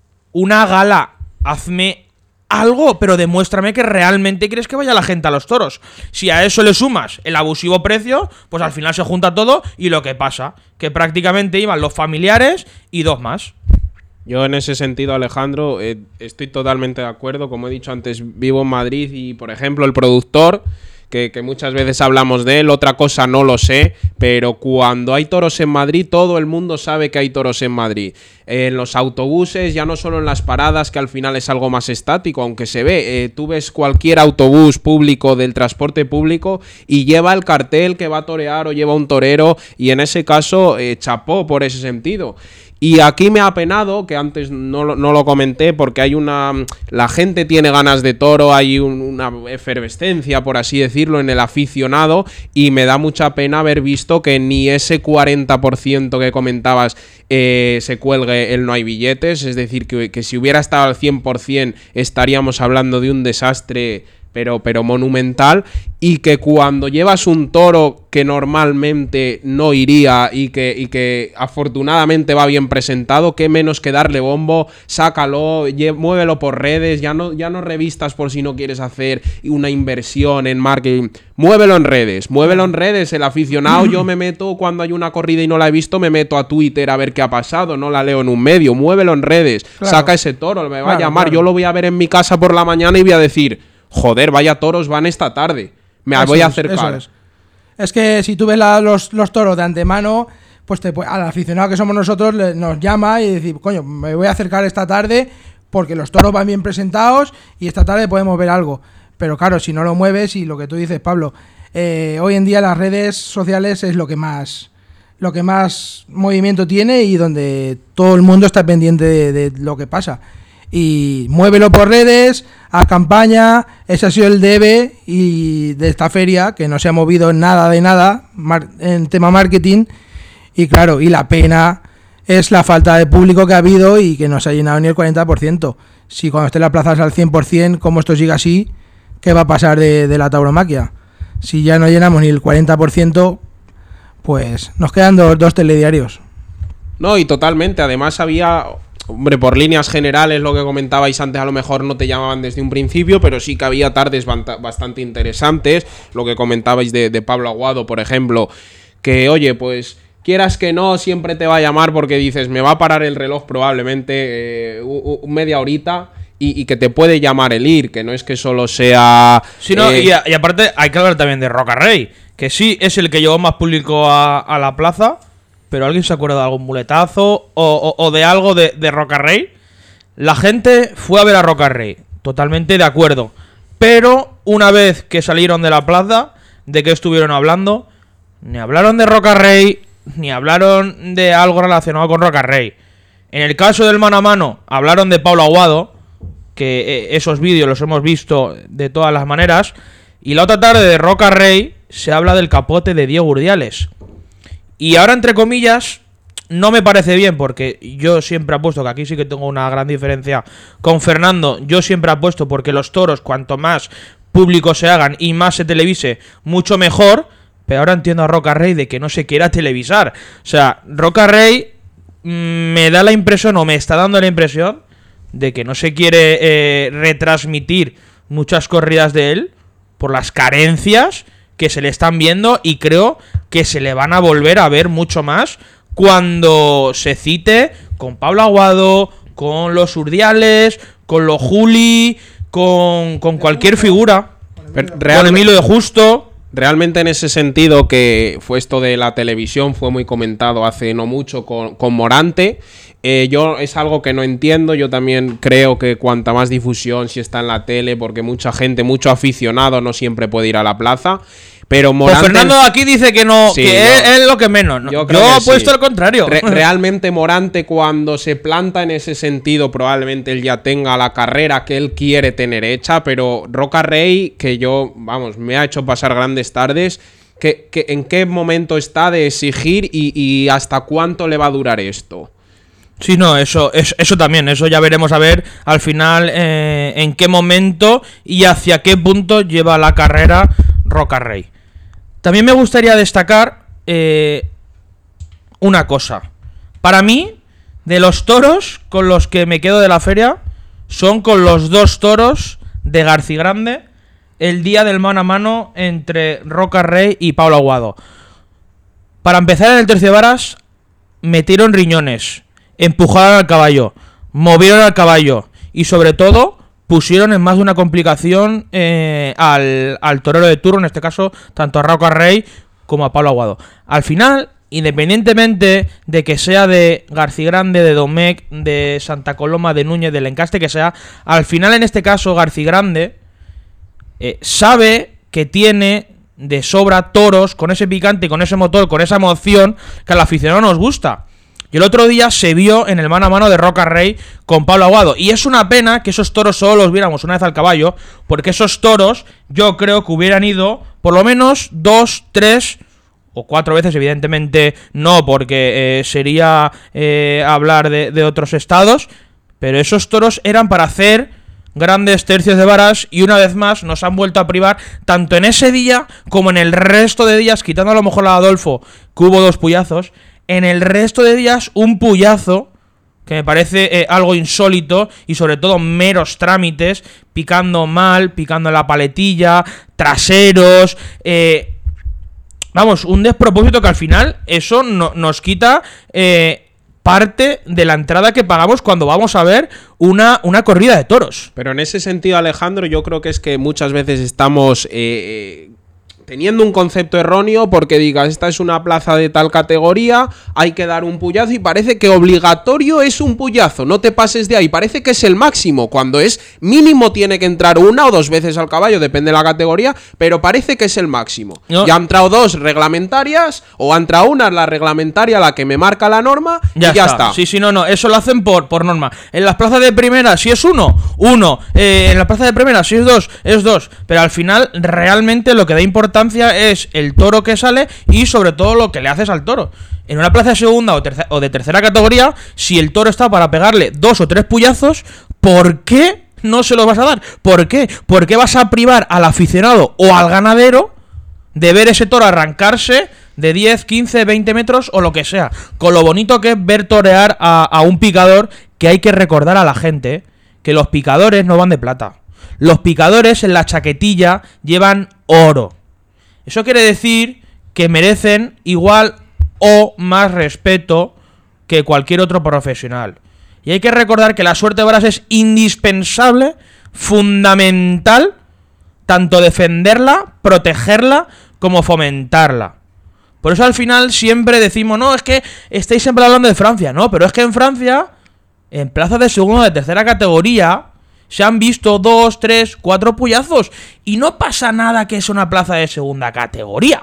Una gala, hazme algo, pero demuéstrame que realmente quieres que vaya la gente a los toros. Si a eso le sumas el abusivo precio, pues al final se junta todo y lo que pasa, que prácticamente iban los familiares y dos más. Yo en ese sentido, Alejandro, eh, estoy totalmente de acuerdo. Como he dicho antes, vivo en Madrid y, por ejemplo, el productor, que, que muchas veces hablamos de él, otra cosa no lo sé, pero cuando hay toros en Madrid, todo el mundo sabe que hay toros en Madrid. En los autobuses, ya no solo en las paradas, que al final es algo más estático, aunque se ve, eh, tú ves cualquier autobús público del transporte público y lleva el cartel que va a torear o lleva un torero, y en ese caso, eh, chapó por ese sentido. Y aquí me ha apenado, que antes no lo, no lo comenté, porque hay una... La gente tiene ganas de toro, hay un, una efervescencia, por así decirlo, en el aficionado, y me da mucha pena haber visto que ni ese cuarenta por ciento que comentabas eh, se cuelgue el no hay billetes, es decir, que, que si hubiera estado al cien por ciento estaríamos hablando de un desastre... Pero, pero monumental, y que cuando llevas un toro que normalmente no iría y que, y que afortunadamente va bien presentado, qué menos que darle bombo, sácalo, lle- muévelo por redes, ya no, ya no revistas por si no quieres hacer una inversión en marketing, muévelo en redes, muévelo en redes, el aficionado, yo me meto cuando hay una corrida y no la he visto, me meto a Twitter a ver qué ha pasado, no la leo en un medio, muévelo en redes, claro. Saca ese toro, me va claro, a llamar, claro. Yo lo voy a ver en mi casa por la mañana y voy a decir... Joder, vaya toros van esta tarde. Me eso voy a acercar. Es, es que si tú ves la, los, los toros de antemano, pues te, al aficionado que somos nosotros le, nos llama y dice, coño, me voy a acercar esta tarde porque los toros van bien presentados y esta tarde podemos ver algo. Pero claro, si no lo mueves, y lo que tú dices, Pablo, eh, hoy en día las redes sociales es lo que más lo que más movimiento tiene y donde todo el mundo está pendiente de, de lo que pasa. Y muévelo por redes, haz campaña, ese ha sido el debe y de esta feria, que no se ha movido nada de nada mar- en tema marketing, y claro, y la pena es la falta de público que ha habido y que no se ha llenado ni el cuarenta por ciento. Si cuando esté la plaza al cien por ciento, como esto sigue así, ¿qué va a pasar de, de la tauromaquia? Si ya no llenamos ni el cuarenta por ciento, pues nos quedan dos, dos telediarios. No, y totalmente. Además había... Hombre, por líneas generales, lo que comentabais antes, a lo mejor no te llamaban desde un principio, pero sí que había tardes bastante interesantes. Lo que comentabais de, de Pablo Aguado, por ejemplo, que, oye, pues quieras que no, siempre te va a llamar porque dices, me va a parar el reloj probablemente eh, u, u, media horita y, y que te puede llamar el ir, que no es que solo sea... Sí, no, eh, y, y aparte hay que hablar también de Roca Rey, que sí es el que llevó más público a, a la plaza. Pero ¿alguien se acuerda de algún muletazo o, o, o de algo de, de Roca Rey? La gente fue a ver a Roca Rey, totalmente de acuerdo. Pero una vez que salieron de la plaza, ¿de qué estuvieron hablando? Ni hablaron de Roca Rey, ni hablaron de algo relacionado con Roca Rey. En el caso del mano a mano, hablaron de Pablo Aguado, que eh, esos vídeos los hemos visto de todas las maneras. Y la otra tarde de Roca Rey se habla del capote de Diego Urdiales. Y ahora, entre comillas, no me parece bien, porque yo siempre apuesto, que aquí sí que tengo una gran diferencia con Fernando, yo siempre apuesto porque los toros, cuanto más público se hagan y más se televise, mucho mejor. Pero ahora entiendo a Roca Rey de que no se quiera televisar. O sea, Roca Rey mmm, me da la impresión, o me está dando la impresión, de que no se quiere eh, retransmitir muchas corridas de él por las carencias que se le están viendo, y creo que se le van a volver a ver mucho más cuando se cite con Pablo Aguado, con los Urdiales, con los Juli, con, con cualquier figura, con Emilio de Justo. Realmente, en ese sentido, que fue esto de la televisión, fue muy comentado hace no mucho con, con Morante. Eh, yo es algo que no entiendo. Yo también creo que cuanta más difusión, si está en la tele, porque mucha gente, mucho aficionado no siempre puede ir a la plaza. Pero Morante... Pues Fernando aquí dice que no, sí, que no. Es, es lo que menos. Yo, yo apuesto sí. al contrario. Re- realmente Morante, cuando se planta en ese sentido, probablemente él ya tenga la carrera que él quiere tener hecha. Pero Roca Rey, que yo, vamos, me ha hecho pasar grandes tardes, que, que ¿en qué momento está de exigir y, y hasta cuánto le va a durar esto? Sí, no, eso, eso, eso también, eso ya veremos a ver al final eh, en qué momento y hacia qué punto lleva la carrera Roca Rey. También me gustaría destacar eh, una cosa. Para mí, de los toros con los que me quedo de la feria, son con los dos toros de Garcigrande el día del mano a mano entre Roca Rey y Pablo Aguado. Para empezar, en el tercio de varas metieron riñones, empujaron al caballo, movieron al caballo y, sobre todo, pusieron en más de una complicación eh, al, al torero de turno, en este caso, tanto a Roca Rey como a Pablo Aguado. Al final, independientemente de que sea de Garcigrande, de Domecq, de Santa Coloma, de Núñez, del encaste que sea, al final, en este caso, Garcigrande eh, sabe que tiene de sobra toros con ese picante, con ese motor, con esa emoción que al aficionado nos gusta. Y el otro día se vio en el mano a mano de Roca Rey con Pablo Aguado. Y es una pena que esos toros solo los viéramos una vez al caballo, porque esos toros yo creo que hubieran ido por lo menos dos, tres o cuatro veces, evidentemente no, porque eh, sería eh, hablar de, de otros estados, pero esos toros eran para hacer grandes tercios de varas, y una vez más nos han vuelto a privar, tanto en ese día como en el resto de días, quitando a lo mejor a Adolfo, que hubo dos puyazos. En el resto de días, un puyazo, que me parece eh, algo insólito, y sobre todo meros trámites, picando mal, picando en la paletilla, traseros, eh, vamos, un despropósito que al final eso no, nos quita eh, parte de la entrada que pagamos cuando vamos a ver una, una corrida de toros. Pero en ese sentido, Alejandro, yo creo que es que muchas veces estamos... Eh, eh, teniendo un concepto erróneo, porque digas, esta es una plaza de tal categoría, hay que dar un puyazo, y parece que obligatorio es un puyazo, no te pases de ahí, parece que es el máximo, cuando es mínimo tiene que entrar una o dos veces al caballo, depende de la categoría, pero parece que es el máximo. No. Ya han entrado dos reglamentarias, o ha entrado una, la reglamentaria, la que me marca la norma, ya y ya está. está. Sí, sí, no, no, eso lo hacen por, por norma. En las plazas de primera, si es uno, uno, eh, en la plaza de primera, si es dos, es dos, pero al final, realmente lo que da importancia importancia es el toro que sale y sobre todo lo que le haces al toro. En una plaza de segunda o, terce- o de tercera categoría, si el toro está para pegarle dos o tres puyazos, ¿por qué no se los vas a dar? ¿Por qué? ¿Por qué vas a privar al aficionado o al ganadero de ver ese toro arrancarse de diez, quince, veinte metros o lo que sea? Con lo bonito que es ver torear a, a un picador, que hay que recordar a la gente que los picadores no van de plata. Los picadores en la chaquetilla llevan oro. Eso quiere decir que merecen igual o más respeto que cualquier otro profesional. Y hay que recordar que la suerte de varas es indispensable, fundamental, tanto defenderla, protegerla, como fomentarla. Por eso al final siempre decimos, no, es que estáis siempre hablando de Francia. No, pero es que en Francia, en plazas de segunda o de tercera categoría, se han visto dos, tres, cuatro puyazos. Y no pasa nada que es una plaza de segunda categoría.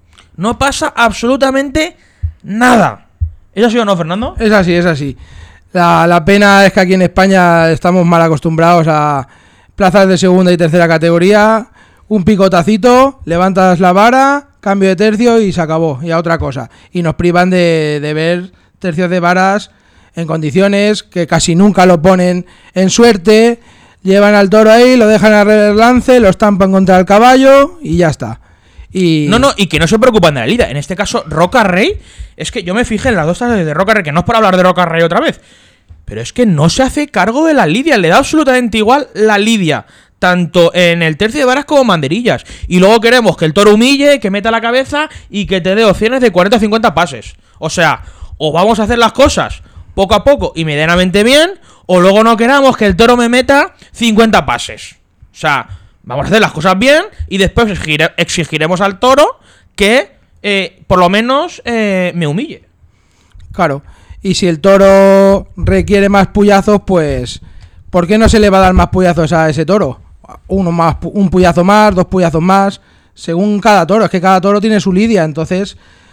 No pasa absolutamente nada. ¿Es así o no, Fernando? Es así, es así. La, la pena es que aquí en España estamos mal acostumbrados a plazas de segunda y tercera categoría. Un picotacito, levantas la vara, cambio de tercio y se acabó. Y a otra cosa. Y nos privan de, de ver tercios de varas en condiciones que casi nunca lo ponen en suerte. Llevan al toro ahí, lo dejan al relance, lo estampan contra el caballo y ya está. Y... No, no, y que no se preocupan de la lidia. En este caso, Roca Rey, es que yo me fijé en las dos tasas de Roca Rey, que no es por hablar de Roca Rey otra vez, pero es que no se hace cargo de la lidia, le da absolutamente igual la lidia, tanto en el tercio de varas como banderillas. Y luego queremos que el toro humille, que meta la cabeza y que te dé opciones de cuarenta o cincuenta pases. O sea, o vamos a hacer las cosas poco a poco y medianamente bien, o luego no queramos que el toro me meta cincuenta pases. O sea, vamos a hacer las cosas bien y después exigire, exigiremos al toro que eh, por lo menos eh, me humille. Claro, y si el toro requiere más puyazos, pues ¿por qué no se le va a dar más puyazos a ese toro? Uno más, un puyazo más, dos puyazos más, según cada toro. Es que cada toro tiene su lidia, entonces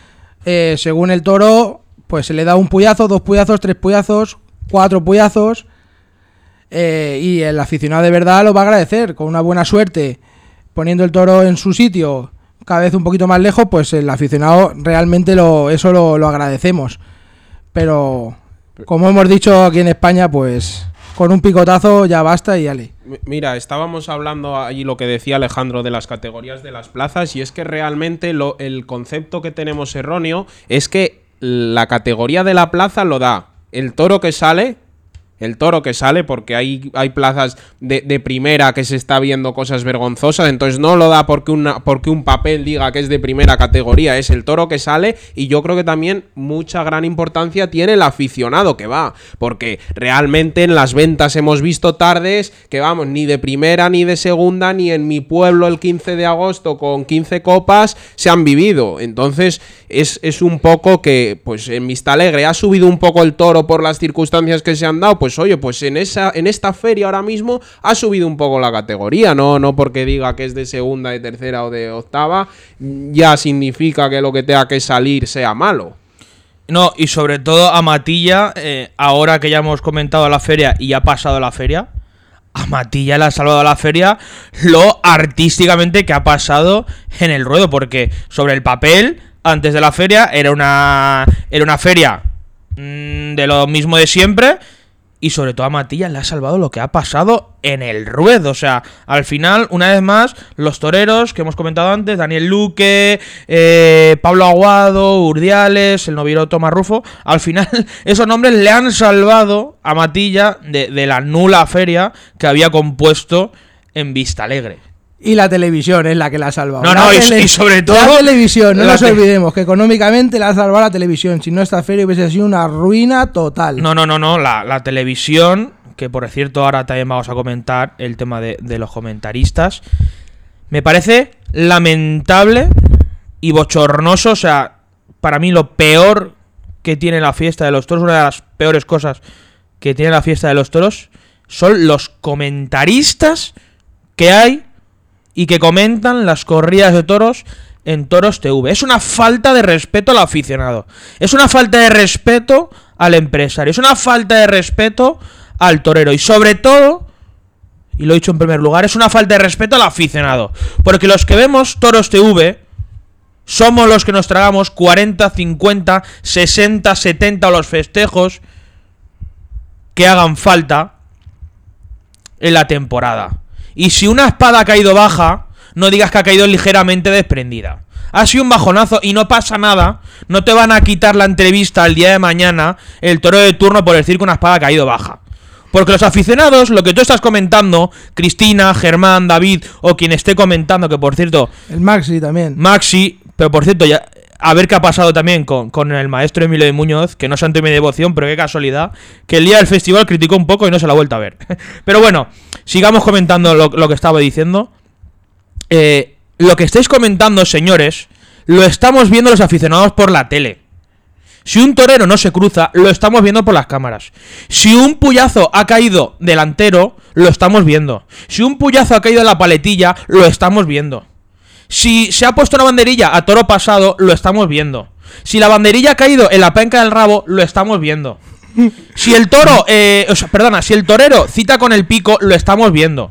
eh, según el toro, pues se le da un puyazo, dos puyazos, tres puyazos, cuatro puyazos. Eh, y el aficionado de verdad lo va a agradecer. Con una buena suerte, poniendo el toro en su sitio, cada vez un poquito más lejos, pues el aficionado realmente lo, eso lo, lo agradecemos. Pero como hemos dicho aquí en España, pues con un picotazo ya basta y ale. Mira, estábamos hablando allí lo que decía Alejandro de las categorías de las plazas, y es que realmente lo, el concepto que tenemos erróneo es que la categoría de la plaza lo da el toro que sale. El toro que sale, porque hay, hay plazas de, de primera que se está viendo cosas vergonzosas, entonces no lo da porque, una, porque un papel diga que es de primera categoría, es el toro que sale. Y yo creo que también mucha gran importancia tiene el aficionado que va, porque realmente en las ventas hemos visto tardes que vamos, ni de primera ni de segunda, ni en mi pueblo el quince de agosto con quince copas se han vivido. Entonces es, es un poco que pues en Vistalegre ha subido un poco el toro por las circunstancias que se han dado. Pues oye, pues en esa en esta feria ahora mismo ha subido un poco la categoría, no no porque diga que es de segunda, de tercera o de octava, ya significa que lo que tenga que salir sea malo. No, y sobre todo a Matilla, eh, ahora que ya hemos comentado la feria y ya ha pasado la feria, a Matilla le ha salvado la feria lo artísticamente que ha pasado en el ruedo, porque sobre el papel, antes de la feria, era una, era una feria mmm, de lo mismo de siempre. Y sobre todo a Matilla le ha salvado lo que ha pasado en el ruedo. O sea, al final, una vez más, los toreros que hemos comentado antes, Daniel Luque, eh, Pablo Aguado, Urdiales, el noviero Tomás Rufo, al final esos nombres le han salvado a Matilla de, de la nula feria que había compuesto en Vistalegre. Y la televisión es la que la ha salvado. No, la no, tele- y, y sobre todo... La televisión, no la nos te- olvidemos que económicamente la ha salvado la televisión. Si no, esta feria hubiese sido una ruina total. No, no, no, no, la, la televisión, que por cierto ahora también vamos a comentar el tema de, de los comentaristas, me parece lamentable y bochornoso. O sea, para mí lo peor que tiene la fiesta de los toros, una de las peores cosas que tiene la fiesta de los toros, son los comentaristas que hay y que comentan las corridas de toros en Toros T V. Es una falta de respeto al aficionado. Es una falta de respeto al empresario. Es una falta de respeto al torero. Y sobre todo, y lo he dicho en primer lugar, es una falta de respeto al aficionado. Porque los que vemos Toros T V somos los que nos tragamos cuarenta, cincuenta, sesenta, setenta o los festejos que hagan falta en la temporada. Y si una espada ha caído baja, no digas que ha caído ligeramente desprendida. Ha sido un bajonazo y no pasa nada. No te van a quitar la entrevista el día de mañana el toro de turno por decir que una espada ha caído baja. Porque los aficionados, lo que tú estás comentando, Cristina, Germán, David o quien esté comentando, que por cierto... El Maxi también. Maxi, pero por cierto, ya a ver qué ha pasado también con, con el maestro Emilio de Muñoz, que no santo de mi devoción, pero qué casualidad, que el día del festival criticó un poco y no se la ha vuelto a ver. Pero bueno, sigamos comentando lo, lo que estaba diciendo. Eh... Lo que estáis comentando, señores, lo estamos viendo los aficionados por la tele. Si un torero no se cruza, lo estamos viendo por las cámaras. Si un puyazo ha caído delantero, lo estamos viendo. Si un puyazo ha caído en la paletilla, lo estamos viendo. Si se ha puesto una banderilla a toro pasado, lo estamos viendo. Si la banderilla ha caído en la penca del rabo, lo estamos viendo. Si el toro, eh, o sea, perdona, si el torero cita con el pico, lo estamos viendo.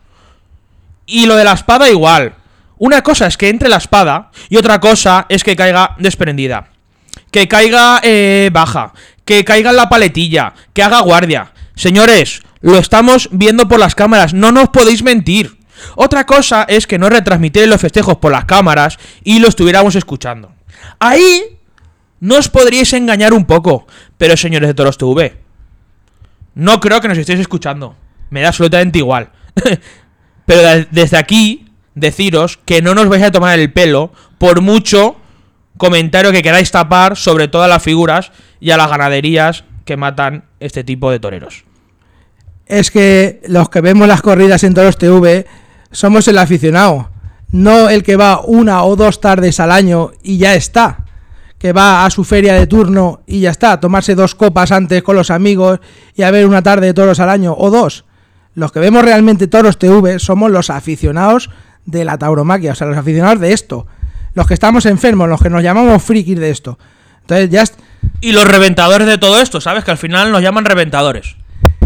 Y lo de la espada igual. Una cosa es que entre la espada y otra cosa es que caiga desprendida, que caiga eh, baja, que caiga en la paletilla, que haga guardia. Señores, lo estamos viendo por las cámaras, no nos podéis mentir. Otra cosa es que no retransmitir los festejos por las cámaras y lo estuviéramos escuchando. Ahí nos podríais engañar un poco, pero señores de Toros T V, no creo que nos estéis escuchando. Me da absolutamente igual. Pero desde aquí... deciros que no nos vais a tomar el pelo por mucho comentario que queráis tapar sobre todas las figuras y a las ganaderías que matan este tipo de toreros. Es que los que vemos las corridas en Toros T V somos el aficionado, no el que va una o dos tardes al año y ya está, que va a su feria de turno y ya está, a tomarse dos copas antes con los amigos y a ver una tarde de toros al año o dos. Los que vemos realmente Toros T V somos los aficionados de la tauromaquia, o sea, los aficionados de esto, los que estamos enfermos, los que nos llamamos frikis de esto. Entonces ya est- y los reventadores de todo esto, ¿sabes? Que al final nos llaman reventadores.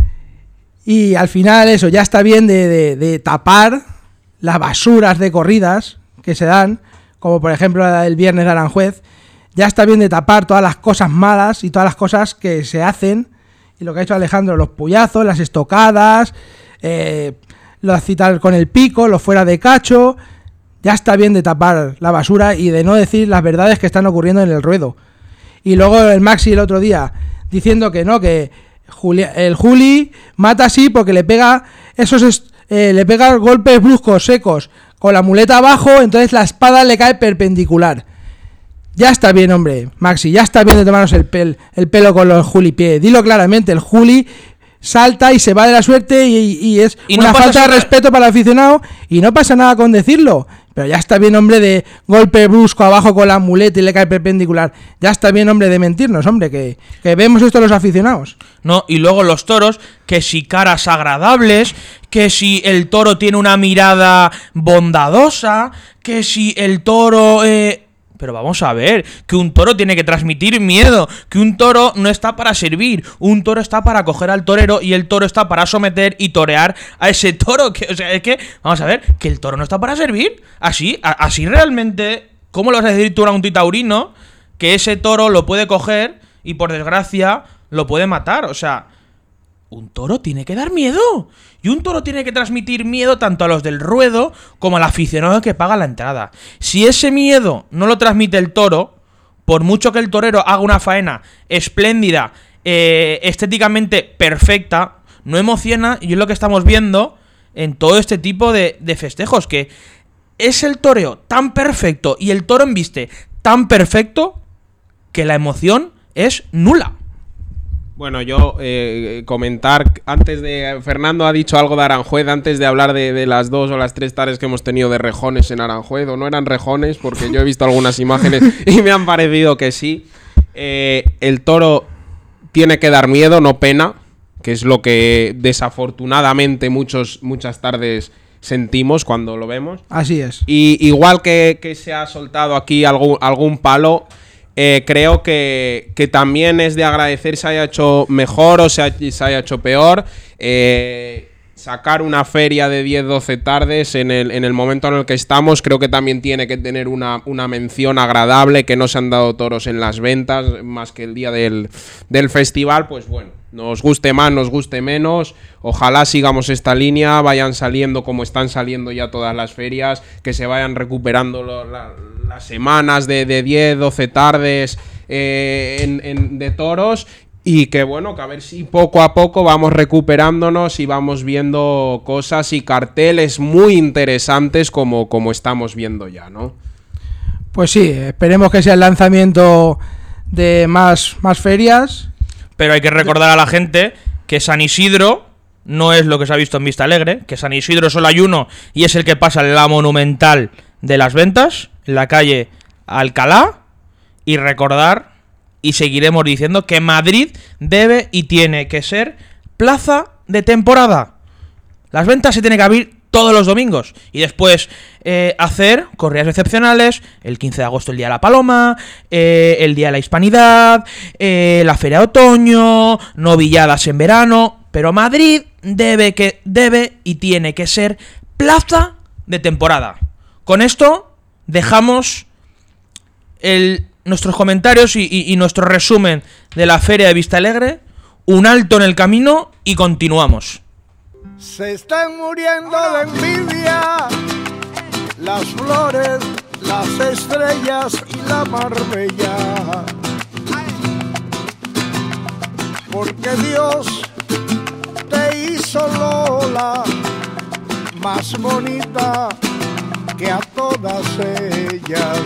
Y al final eso, ya está bien de, de, de tapar las basuras de corridas que se dan, como por ejemplo el viernes de Aranjuez. Ya está bien de tapar todas las cosas malas y todas las cosas que se hacen, y lo que ha hecho Alejandro, los puyazos, las estocadas, eh... los citar con el pico, los fuera de cacho. Ya está bien de tapar la basura y de no decir las verdades que están ocurriendo en el ruedo. Y luego el Maxi el otro día diciendo que no, que Juli, el Juli mata así porque le pega esos eh, le pega golpes bruscos, secos, con la muleta abajo, entonces la espada le cae perpendicular. Ya está bien, hombre, Maxi, ya está bien de tomarnos el, pel, el pelo con los Juli pie. Dilo claramente, el Juli salta y se va de la suerte y, y es y una no falta de respeto para el aficionado y no pasa nada con decirlo, pero ya está bien, hombre, de golpe brusco abajo con la muleta y le cae perpendicular. Ya está bien, hombre, de mentirnos, hombre, que, que vemos esto los aficionados. No, y luego los toros, que si caras agradables, que si el toro tiene una mirada bondadosa, que si el toro... Eh... Pero vamos a ver, que un toro tiene que transmitir miedo, que un toro no está para servir, un toro está para coger al torero y el toro está para someter y torear a ese toro. Que, o sea, es que, vamos a ver, que el toro no está para servir. Así, a, así realmente, ¿cómo le vas a decir tú a un titaurino que ese toro lo puede coger y por desgracia lo puede matar? O sea, un toro tiene que dar miedo. Y un toro tiene que transmitir miedo tanto a los del ruedo como al aficionado que paga la entrada. Si ese miedo no lo transmite el toro, por mucho que el torero haga una faena espléndida, eh, estéticamente perfecta, no emociona. Y es lo que estamos viendo en todo este tipo de, de festejos, que es el toreo tan perfecto y el toro embiste tan perfecto que la emoción es nula. Bueno, yo eh, comentar, antes de... Fernando ha dicho algo de Aranjuez, antes de hablar de, de las dos o las tres tardes que hemos tenido de rejones en Aranjuez, o no eran rejones, porque yo he visto algunas imágenes y me han parecido que sí. Eh, el toro tiene que dar miedo, no pena, que es lo que desafortunadamente muchos, muchas tardes sentimos cuando lo vemos. Así es. Y igual que, que se ha soltado aquí algún, algún palo... Eh, creo que, que también es de agradecer se haya hecho mejor o se, ha, se haya hecho peor. Eh, sacar una feria de diez doce tardes en el, en el momento en el que estamos, creo que también tiene que tener una, una mención agradable, que no se han dado toros en las ventas, más que el día del, del festival, pues bueno, nos guste más, nos guste menos, ojalá sigamos esta línea, vayan saliendo como están saliendo ya todas las ferias, que se vayan recuperando lo, la, las semanas de, de diez doce tardes eh, en, en, de toros. Y que bueno, que a ver si poco a poco vamos recuperándonos y vamos viendo cosas y carteles muy interesantes como, como estamos viendo ya, ¿no? Pues sí, esperemos que sea el lanzamiento de más, más ferias. Pero hay que recordar a la gente que San Isidro no es lo que se ha visto en Vista Alegre, que San Isidro solo hay uno y es el que pasa en la Monumental de las Ventas, en la calle Alcalá, y recordar... Y seguiremos diciendo que Madrid debe y tiene que ser plaza de temporada. Las ventas se tienen que abrir todos los domingos. Y después eh, hacer corridas excepcionales. El quince de agosto el Día de la Paloma. Eh, el Día de la Hispanidad. Eh, la Feria de Otoño. Novilladas en verano. Pero Madrid debe, que, debe y tiene que ser plaza de temporada. Con esto dejamos el... nuestros comentarios y, y, y nuestro resumen de la Feria de Vista Alegre, un alto en el camino y continuamos. Se están muriendo de envidia las flores, las estrellas y la Marbella, porque Dios te hizo, Lola, más bonita que a todas ellas.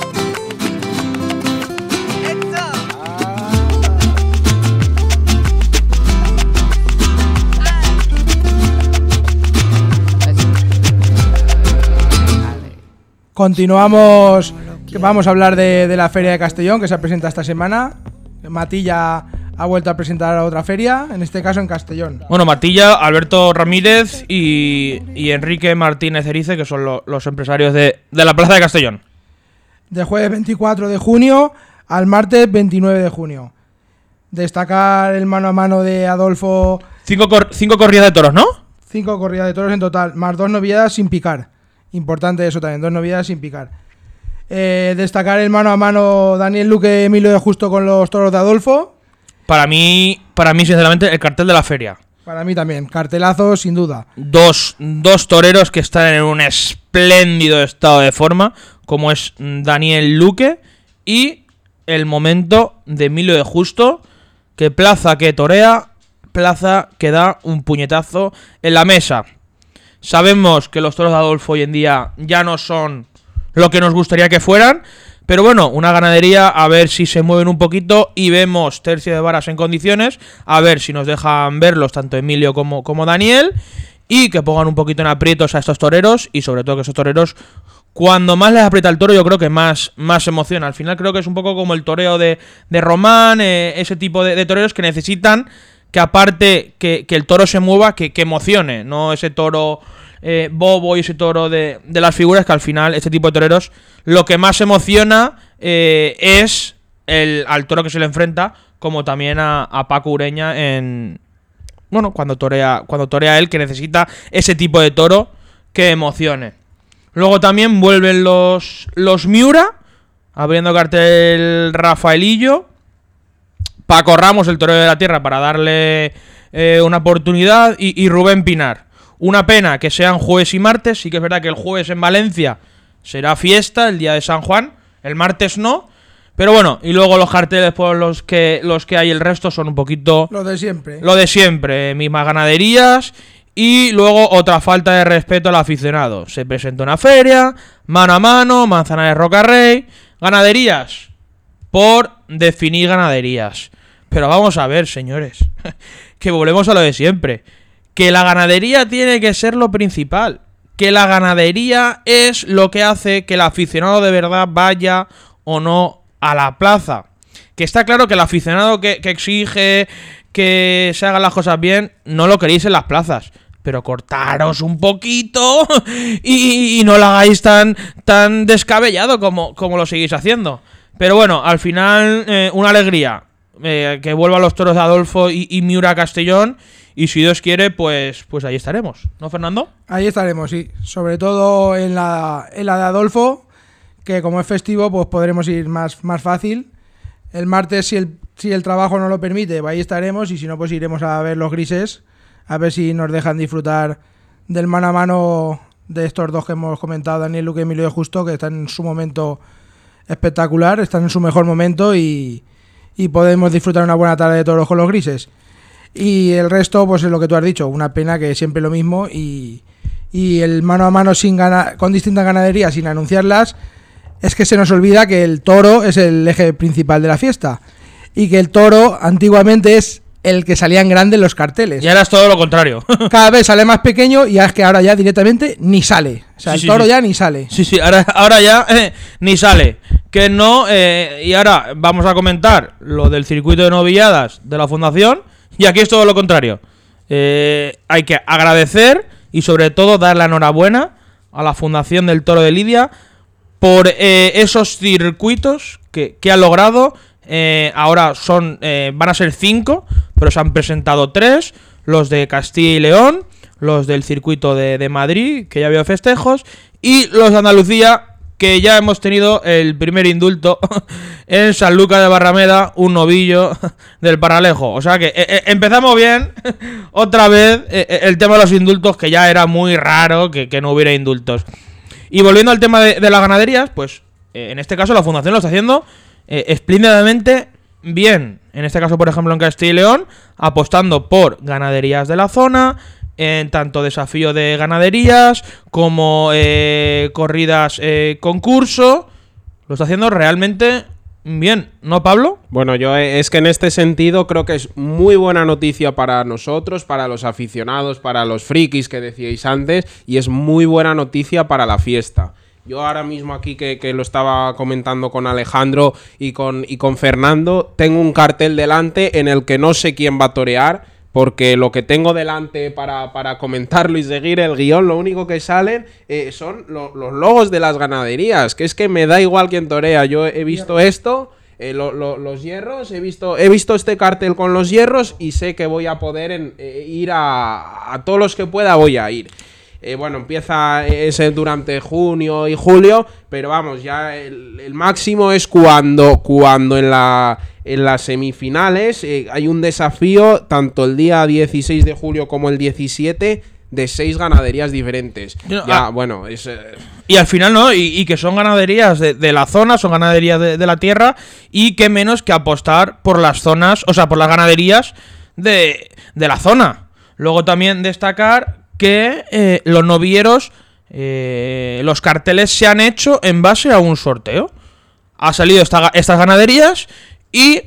Continuamos, que vamos a hablar de, de la Feria de Castellón, que se presenta esta semana. Matilla ha vuelto a presentar otra feria, en este caso en Castellón. Bueno, Matilla, Alberto Ramírez y, y Enrique Martínez Erice, que son lo, los empresarios de, de la Plaza de Castellón. De jueves veinticuatro de junio al martes veintinueve de junio. Destacar el mano a mano de Adolfo. Cinco, cor- cinco corridas de toros, ¿no? Cinco corridas de toros en total, más dos novilladas sin picar. Importante eso también, dos novilladas sin picar. Eh, destacar el mano a mano Daniel Luque, Emilio de Justo con los toros de Adolfo. Para mí, para mí sinceramente, el cartel de la feria. Para mí también, cartelazo sin duda. Dos, dos toreros que están en un espléndido estado de forma, como es Daniel Luque y el momento de Emilio de Justo, que plaza que torea, plaza que da un puñetazo en la mesa. Sabemos que los toros de Adolfo hoy en día ya no son lo que nos gustaría que fueran, pero bueno, una ganadería, a ver si se mueven un poquito y vemos tercio de varas en condiciones, a ver si nos dejan verlos tanto Emilio como, como Daniel, y que pongan un poquito en aprietos a estos toreros, y sobre todo que esos toreros, cuando más les aprieta el toro, yo creo que más, más se emociona. Al final creo que es un poco como el toreo de, de Román, eh, ese tipo de, de toreros que necesitan que aparte que, que el toro se mueva, que, que emocione, no ese toro eh, bobo y ese toro de, de las figuras, que al final este tipo de toreros lo que más emociona eh, es el, al toro que se le enfrenta, como también a, a Paco Ureña en... Bueno, cuando torea, cuando torea él, que necesita ese tipo de toro que emocione. Luego también vuelven los, los Miura, abriendo cartel Rafaelillo. Paco Ramos, el torero de la tierra, para darle eh, una oportunidad. Y, y Rubén Pinar. Una pena que sean jueves y martes. Sí que es verdad que el jueves en Valencia será fiesta, el día de San Juan. El martes no. Pero bueno, y luego los carteles por los que los que hay el resto son un poquito... Lo de siempre. Lo de siempre, mismas ganaderías. Y luego otra falta de respeto al aficionado. Se presenta una feria, mano a mano, Manzanares Rocarrey, ganaderías. Por definir ganaderías. Pero vamos a ver, señores, que volvemos a lo de siempre. Que la ganadería tiene que ser lo principal. Que la ganadería es lo que hace que el aficionado de verdad vaya o no a la plaza. Que está claro que el aficionado que, que exige que se hagan las cosas bien, no lo queréis en las plazas. Pero cortaros un poquito y, y no lo hagáis tan, tan descabellado como, como lo seguís haciendo. Pero bueno, al final, eh, una alegría. eh, que vuelvan los toros de Adolfo y, y Miura a Castellón. Y si Dios quiere, pues, pues ahí estaremos. ¿No, Fernando? Ahí estaremos, sí. Sobre todo en la, en la de Adolfo, que como es festivo, pues podremos ir más, más fácil. El martes, si el, si el trabajo nos lo permite, ahí estaremos. Y si no, pues iremos a ver los grises, a ver si nos dejan disfrutar del mano a mano de estos dos que hemos comentado, Daniel Luque y Emilio de Justo, que están en su momento espectacular, están en su mejor momento y, y podemos disfrutar una buena tarde de toros con los grises. Y el resto, pues es lo que tú has dicho, una pena que siempre lo mismo y, y el mano a mano sin gana, con distintas ganaderías sin anunciarlas, es que se nos olvida que el toro es el eje principal de la fiesta y que el toro antiguamente es el que salía en grande en los carteles. Y ahora es todo lo contrario. Cada vez sale más pequeño y es que ahora ya directamente ni sale. O sea, Sí, el sí, toro sí. ya ni sale. Sí, sí, ahora, ahora ya eh, ni sale. Que no, eh, y ahora vamos a comentar lo del circuito de novilladas de la Fundación. Y aquí es todo lo contrario. Eh, hay que agradecer y sobre todo dar la enhorabuena a la Fundación del Toro de Lidia por eh, esos circuitos que, que ha logrado. Eh, ahora son eh, van a ser cinco, pero se han presentado tres. Los de Castilla y León, los del circuito de, de Madrid, que ya había festejos, y los de Andalucía, que ya hemos tenido el primer indulto en San Lucas de Barrameda, un novillo del Paralejo. O sea que eh, eh, empezamos bien, otra vez, eh, el tema de los indultos, que ya era muy raro que, que no hubiera indultos. Y volviendo al tema de, de las ganaderías, pues eh, en este caso la Fundación lo está haciendo eh, espléndidamente bien. En este caso, por ejemplo, en Castilla y León, apostando por ganaderías de la zona, en tanto desafío de ganaderías como eh, corridas eh, concurso. Lo está haciendo realmente bien, ¿no, Pablo? Bueno, yo eh, es que en este sentido creo que es muy buena noticia para nosotros, para los aficionados, para los frikis que decíais antes, y es muy buena noticia para la fiesta. Yo ahora mismo aquí que, que lo estaba comentando con Alejandro y con, y con Fernando, tengo un cartel delante en el que no sé quién va a torear, porque lo que tengo delante para, para comentarlo y seguir el guión, lo único que salen eh, son lo, los logos de las ganaderías, que es que me da igual quién torea. Yo he visto esto, eh, lo, lo, los hierros, he visto he visto este cartel con los hierros y sé que voy a poder en, eh, ir a, a todos los que pueda, voy a ir. Eh, bueno, empieza ese durante junio y julio, pero vamos, ya el, el máximo es cuando, cuando en la... En las semifinales eh, hay un desafío tanto el día dieciséis de julio como el diecisiete de seis ganaderías diferentes. No, ya, ah, bueno, es... Eh... Y al final, ¿no? Y, y que son ganaderías de, de la zona, son ganaderías de, de la tierra, y qué menos que apostar por las zonas, o sea, por las ganaderías de, de la zona. Luego también destacar que eh, los novilleros, eh, los carteles se han hecho en base a un sorteo. Ha salido esta, estas ganaderías y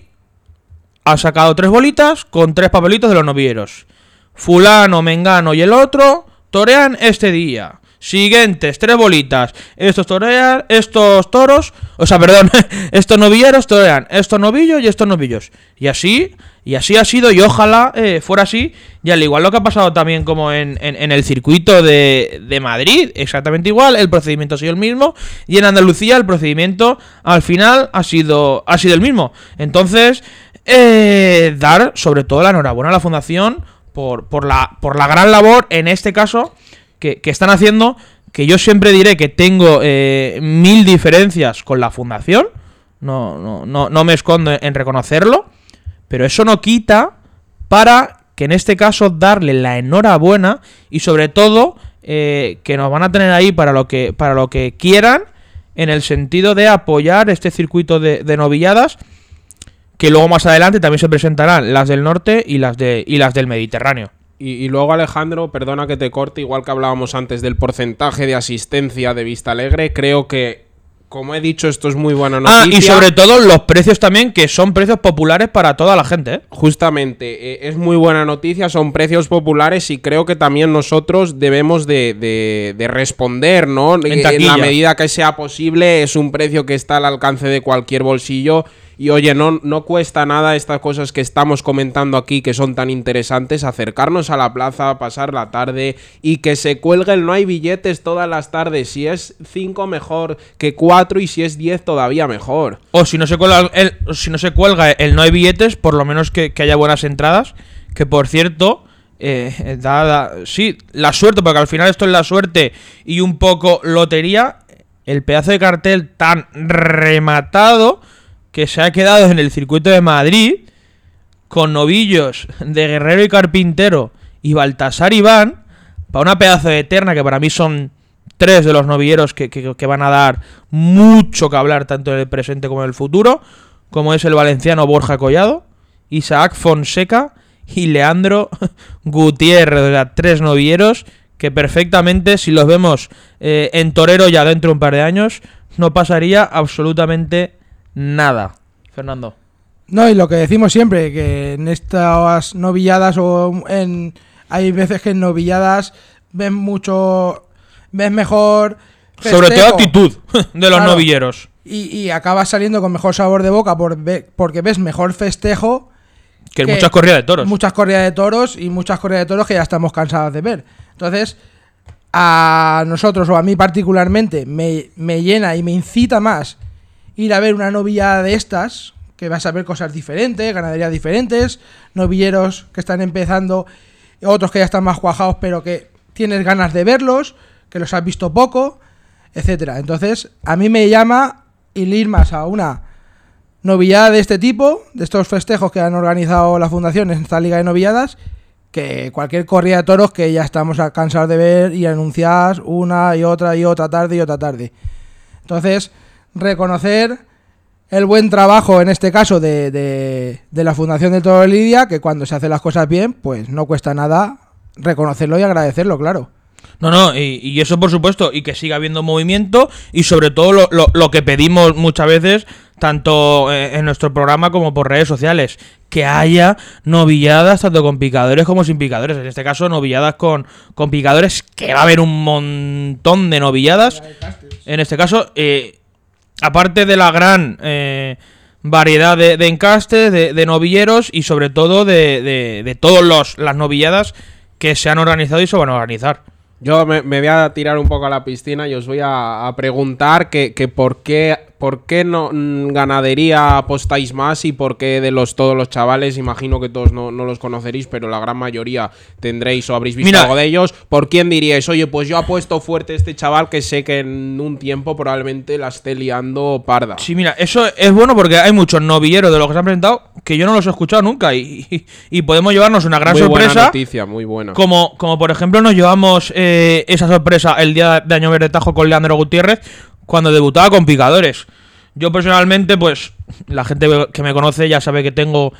ha sacado tres bolitas con tres papelitos de los novilleros. Fulano, Mengano y el otro torean este día. Siguientes, tres bolitas. Estos torean, estos toros, o sea, perdón, estos novilleros torean estos novillos y estos novillos. Y así, y así ha sido, y ojalá eh, fuera así. Y al igual lo que ha pasado también como en, en, en el circuito de, de Madrid, exactamente igual, el procedimiento ha sido el mismo. Y en Andalucía el procedimiento al final ha sido, ha sido el mismo. Entonces, eh, dar sobre todo la enhorabuena a la Fundación por, por, la, por la gran labor, en este caso, que, que están haciendo, que yo siempre diré que tengo eh, mil diferencias con la Fundación, no, no, no, no me escondo en reconocerlo, pero eso no quita para que en este caso darle la enhorabuena y sobre todo eh, que nos van a tener ahí para lo que, para lo que quieran, en el sentido de apoyar este circuito de, de novilladas, que luego más adelante también se presentarán las del norte y las, de, y las del Mediterráneo. Y, y luego, Alejandro, perdona que te corte, igual que hablábamos antes del porcentaje de asistencia de Vista Alegre, creo que, como he dicho, esto es muy buena noticia. Ah, y sobre todo los precios también, que son precios populares para toda la gente, ¿eh? Justamente, eh, es muy buena noticia, son precios populares y creo que también nosotros debemos de, de, de responder, ¿no? En, en la medida que sea posible, es un precio que está al alcance de cualquier bolsillo Y oye, no, no cuesta nada estas cosas que estamos comentando aquí, que son tan interesantes, acercarnos a la plaza, pasar la tarde y que se cuelguen. No hay billetes todas las tardes. Si es cinco, mejor que cuatro, y si es diez, todavía mejor. O si no se cuelga el, si no se cuelga el no hay billetes, por lo menos que, que haya buenas entradas. Que por cierto, eh, da, da, sí, la suerte, porque al final esto es la suerte y un poco lotería. El pedazo de cartel tan rematado que se ha quedado en el circuito de Madrid, con novillos de Guerrero y Carpintero y Baltasar Iván, para una pedazo de terna que para mí son tres de los novilleros que, que, que van a dar mucho que hablar tanto en el presente como en el futuro, como es el valenciano Borja Collado, Isaac Fonseca y Leandro Gutiérrez. O sea, tres novilleros que perfectamente, si los vemos eh, en torero ya dentro de un par de años, no pasaría absolutamente nada. Fernando. No, y lo que decimos siempre, que en estas novilladas o en... hay veces que en novilladas ves mucho... ves mejor festejo. Sobre todo actitud de los claro, novilleros. Y, y acabas saliendo con mejor sabor de boca por ve, porque ves mejor festejo que, que muchas corridas de toros. Muchas corridas de toros y muchas corridas de toros que ya estamos cansados de ver. Entonces, a nosotros o a mí particularmente me, me llena y me incita más ir a ver una novillada de estas, que vas a ver cosas diferentes, ganaderías diferentes, novilleros que están empezando, otros que ya están más cuajados pero que tienes ganas de verlos, que los has visto poco, etcétera. Entonces, a mí me llama el ir más a una novillada de este tipo, de estos festejos que han organizado la fundación en esta liga de novilladas, que cualquier corrida de toros que ya estamos cansados de ver y anunciar una y otra y otra tarde y otra tarde. Entonces, reconocer el buen trabajo, en este caso, de, de, de la Fundación del Toro de Lidia, que cuando se hacen las cosas bien, pues no cuesta nada reconocerlo y agradecerlo, claro. No, no, y, y eso por supuesto, y que siga habiendo movimiento, y sobre todo lo, lo, lo que pedimos muchas veces, tanto en nuestro programa como por redes sociales, que haya novilladas tanto con picadores como sin picadores. En este caso, novilladas con, con picadores, que va a haber un montón de novilladas. En este caso, eh, aparte de la gran eh, variedad de, de encastes, de, de novilleros, y sobre todo de, de, de todas las novilladas que se han organizado y se van a organizar. Yo me, me voy a tirar un poco a la piscina y os voy a, a preguntar que, que por qué, por qué no ganadería apostáis más y por qué de los todos los chavales, imagino que todos no, no los conoceréis, pero la gran mayoría tendréis o habréis visto Mira, algo de ellos. ¿Por quién diríais? Oye, pues yo apuesto fuerte a este chaval que sé que en un tiempo probablemente la esté liando parda. Sí, mira, eso es bueno porque hay muchos novilleros de los que se han presentado que yo no los he escuchado nunca y, y, y podemos llevarnos una gran muy sorpresa. Buena noticia, muy buena. Como, como por ejemplo nos llevamos eh, esa sorpresa el día de Año Verde Tajo con Leandro Gutiérrez cuando debutaba con picadores. Yo personalmente, pues, la gente que me conoce ya sabe que tengo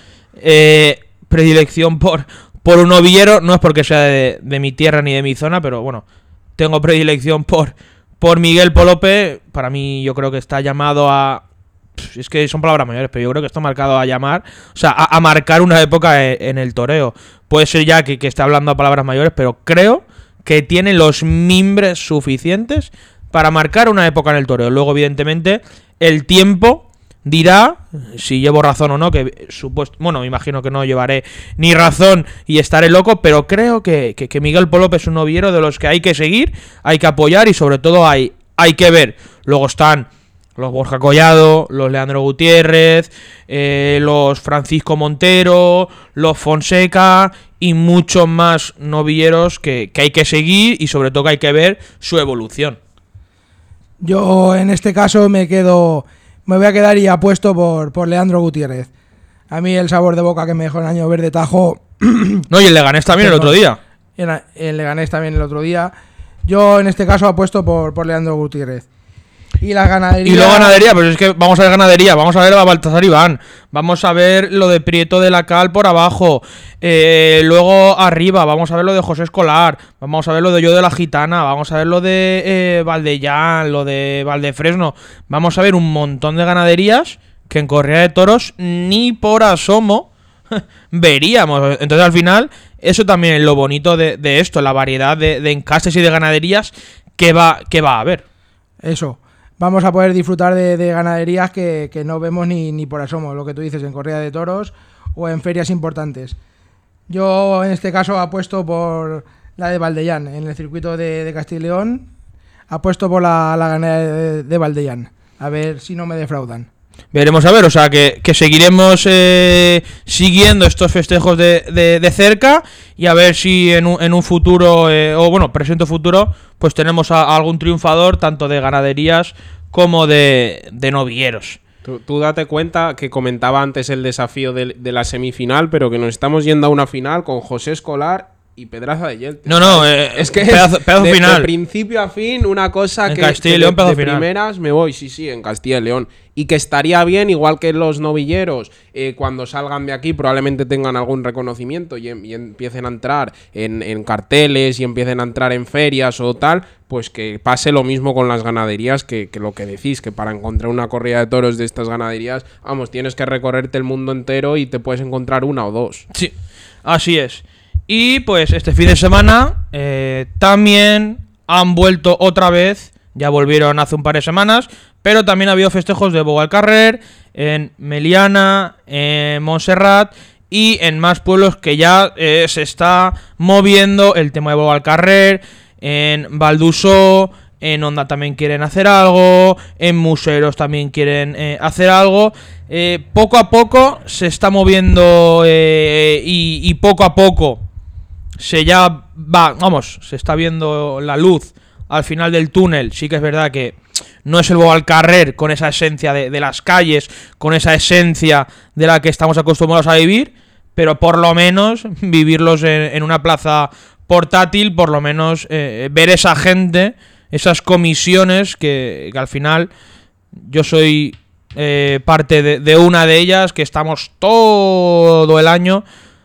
eh, predilección por, por un novillero. No es porque sea de, de mi tierra ni de mi zona, pero bueno, tengo predilección por, por Miguel Polope. Para mí yo creo que está llamado a... Es que son palabras mayores, pero yo creo que está marcado a llamar, o sea, a, a marcar una época en, en el toreo. Puede ser ya que, que esté hablando a palabras mayores, pero creo que tiene los mimbres suficientes para marcar una época en el toreo. Luego, evidentemente, el tiempo dirá si llevo razón o no, que supuesto, bueno, me imagino que no llevaré ni razón y estaré loco, pero creo que, que, que Miguel Polope es un novillero de los que hay que seguir, hay que apoyar y sobre todo hay, hay que ver. Luego están los Borja Collado, los Leandro Gutiérrez, eh, los Francisco Montero, los Fonseca y muchos más novilleros que, que hay que seguir y sobre todo que hay que ver su evolución. Yo en este caso me quedo, me voy a quedar y apuesto por, por Leandro Gutiérrez. A mí el sabor de boca que me dejó en Año Verde Tajo... No, y el Leganés también el otro día. En el Leganés también el otro día. Yo en este caso apuesto por, por Leandro Gutiérrez. Y la ganadería... Y luego ganadería, pues es que vamos a ver ganadería, vamos a ver a Baltasar Iván, vamos a ver lo de Prieto de la Cal por abajo, eh, luego arriba, vamos a ver lo de José Escolar, vamos a ver lo de Yo de la Gitana, vamos a ver lo de eh, Valdellán, lo de Valdefresno, vamos a ver un montón de ganaderías que en corrida de toros ni por asomo veríamos. Entonces al final, eso también es lo bonito de, de esto, la variedad de, de encastes y de ganaderías que va, que va a haber. Eso. vamos a poder disfrutar de, de ganaderías que, que no vemos ni, ni por asomo, lo que tú dices, en corrida de toros o en ferias importantes. Yo en este caso apuesto por la de Valdellán, en el circuito de, de Castilla y León, apuesto por la, la ganadería de, de Valdellán, a ver si no me defraudan. Veremos a ver, o sea que, que seguiremos eh, siguiendo estos festejos de, de, de cerca y a ver si en un, en un futuro, eh, o bueno, presente o futuro, pues tenemos a, a algún triunfador tanto de ganaderías como de, de novilleros. Tú, tú date cuenta que comentaba antes el desafío de, de la semifinal, pero que nos estamos yendo a una final con José Escolar y Pedraza de Yelte. No, no, eh, es que pedazo, pedazo de, final. de principio a fin, una cosa en que, Castilla y que León, de, de final. primeras me voy, sí, sí, en Castilla y León. Y que estaría bien, igual que los novilleros, eh, cuando salgan de aquí probablemente tengan algún reconocimiento y, y empiecen a entrar en, en carteles y empiecen a entrar en ferias o tal, pues que pase lo mismo con las ganaderías, que, que lo que decís, que para encontrar una corrida de toros de estas ganaderías, vamos, tienes que recorrerte el mundo entero y te puedes encontrar una o dos. Sí, así es. Y pues este fin de semana eh, también han vuelto otra vez, ya volvieron hace un par de semanas, pero también ha habido festejos de Bou al Carrer en Meliana, en Montserrat y en más pueblos que ya eh, se está moviendo el tema de Bou al Carrer. En Valdusó, en Onda también quieren hacer algo, en Museros también quieren eh, hacer algo. Eh, poco a poco se está moviendo eh, y, y poco a poco se ya va, vamos, se está viendo la luz al final del túnel. Sí que es verdad que no es el Bou al Carrer con esa esencia de, de las calles, con esa esencia de la que estamos acostumbrados a vivir, pero por lo menos vivirlos en, en una plaza portátil, por lo menos eh, ver esa gente, esas comisiones que, que al final yo soy eh, parte de, de una de ellas, que estamos todo el año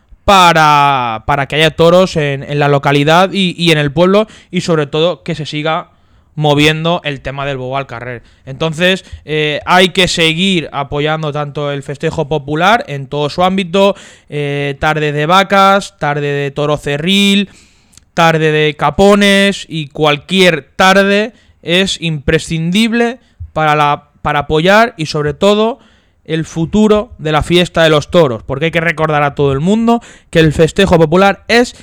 para, para que haya toros en, en la localidad y, y en el pueblo, y sobre todo que se siga moviendo el tema del Bou al Carrer. Entonces eh, hay que seguir apoyando tanto el festejo popular en todo su ámbito, eh, tarde de vacas, tarde de toro cerril, tarde de capones, y cualquier tarde es imprescindible para, la, para apoyar y sobre todo el futuro de la fiesta de los toros, porque hay que recordar a todo el mundo que el festejo popular es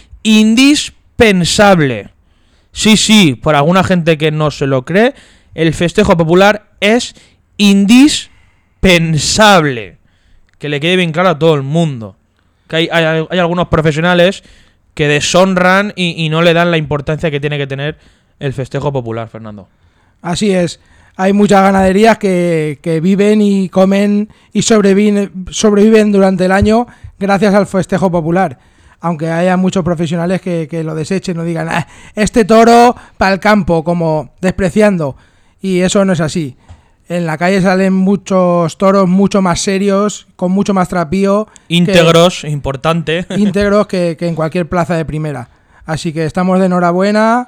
indispensable. Sí, sí, por alguna gente que no se lo cree, el festejo popular es indispensable. Que le quede bien claro a todo el mundo. Que hay, hay, hay algunos profesionales que deshonran y, y no le dan la importancia que tiene que tener el festejo popular, Fernando. Así es. Hay muchas ganaderías que, que viven y comen y sobreviven, sobreviven durante el año gracias al festejo popular. Aunque haya muchos profesionales que, que lo desechen, no digan, ah, este toro para el campo, como despreciando. Y eso no es así. En la calle salen muchos toros mucho más serios, con mucho más trapío. Íntegros, que, importante. Íntegros que, que en cualquier plaza de primera. Así que estamos de enhorabuena.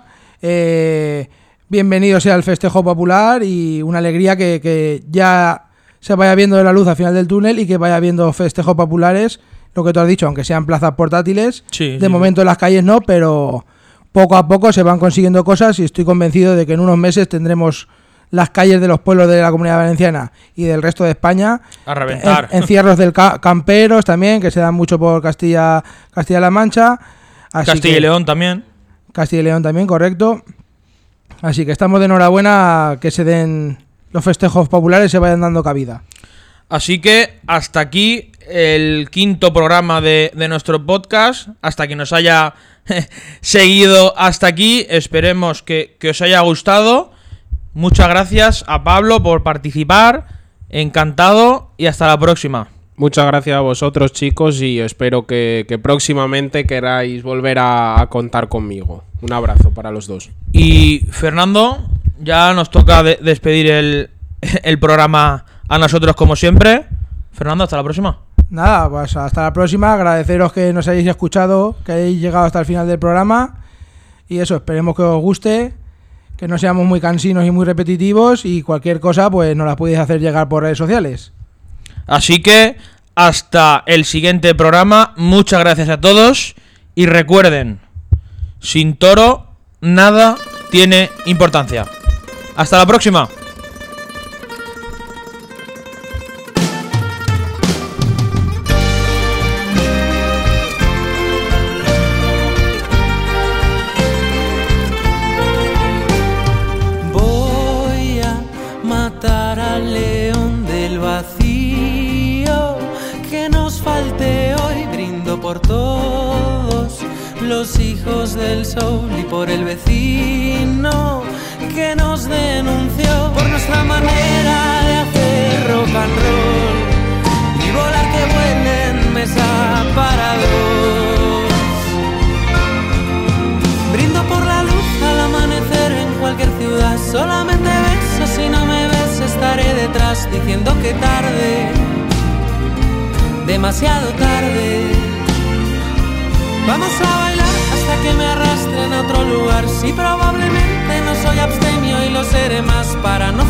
Eh, bienvenido sea el festejo popular y una alegría que, que ya se vaya viendo la luz al final del túnel y que vaya viendo festejos populares. Lo que tú has dicho, aunque sean plazas portátiles, sí, de sí, momento sí. en las calles no, pero poco a poco se van consiguiendo cosas y estoy convencido de que en unos meses tendremos las calles de los pueblos de la Comunidad Valenciana y del resto de España a reventar. En, encierros del ca- camperos también, que se dan mucho por Castilla Castilla-La Mancha. Así Castilla que, y León también. Castilla y León también, correcto. Así que estamos de enhorabuena que se den los festejos populares, se vayan dando cabida. Así que hasta aquí el quinto programa de, de nuestro podcast. Hasta que nos haya seguido hasta aquí. Esperemos que, que os haya gustado. Muchas gracias a Pablo por participar. Encantado y hasta la próxima. Muchas gracias a vosotros, chicos, y espero que, que próximamente queráis volver a, a contar conmigo. Un abrazo para los dos. Y Fernando, ya nos toca de- despedir el, el programa a nosotros como siempre. Fernando, hasta la próxima. Nada, pues hasta la próxima. Agradeceros que nos hayáis escuchado, que hayáis llegado hasta el final del programa. Y eso, esperemos que os guste, que no seamos muy cansinos y muy repetitivos. Y cualquier cosa, pues nos la podéis hacer llegar por redes sociales. Así que hasta el siguiente programa. Muchas gracias a todos. Y recuerden, sin toro, nada tiene importancia. Hasta la próxima. por todos los hijos del sol y por el vecino que nos denunció por nuestra manera de hacer rock and roll y volar que vuelen mesa para dos. Brindo por la luz al amanecer en cualquier ciudad, solamente beso, si no me ves estaré detrás diciendo que tarde, demasiado tarde. Vamos a bailar hasta que me arrastren a otro lugar. Sí, probablemente no soy abstemio y lo seré más para no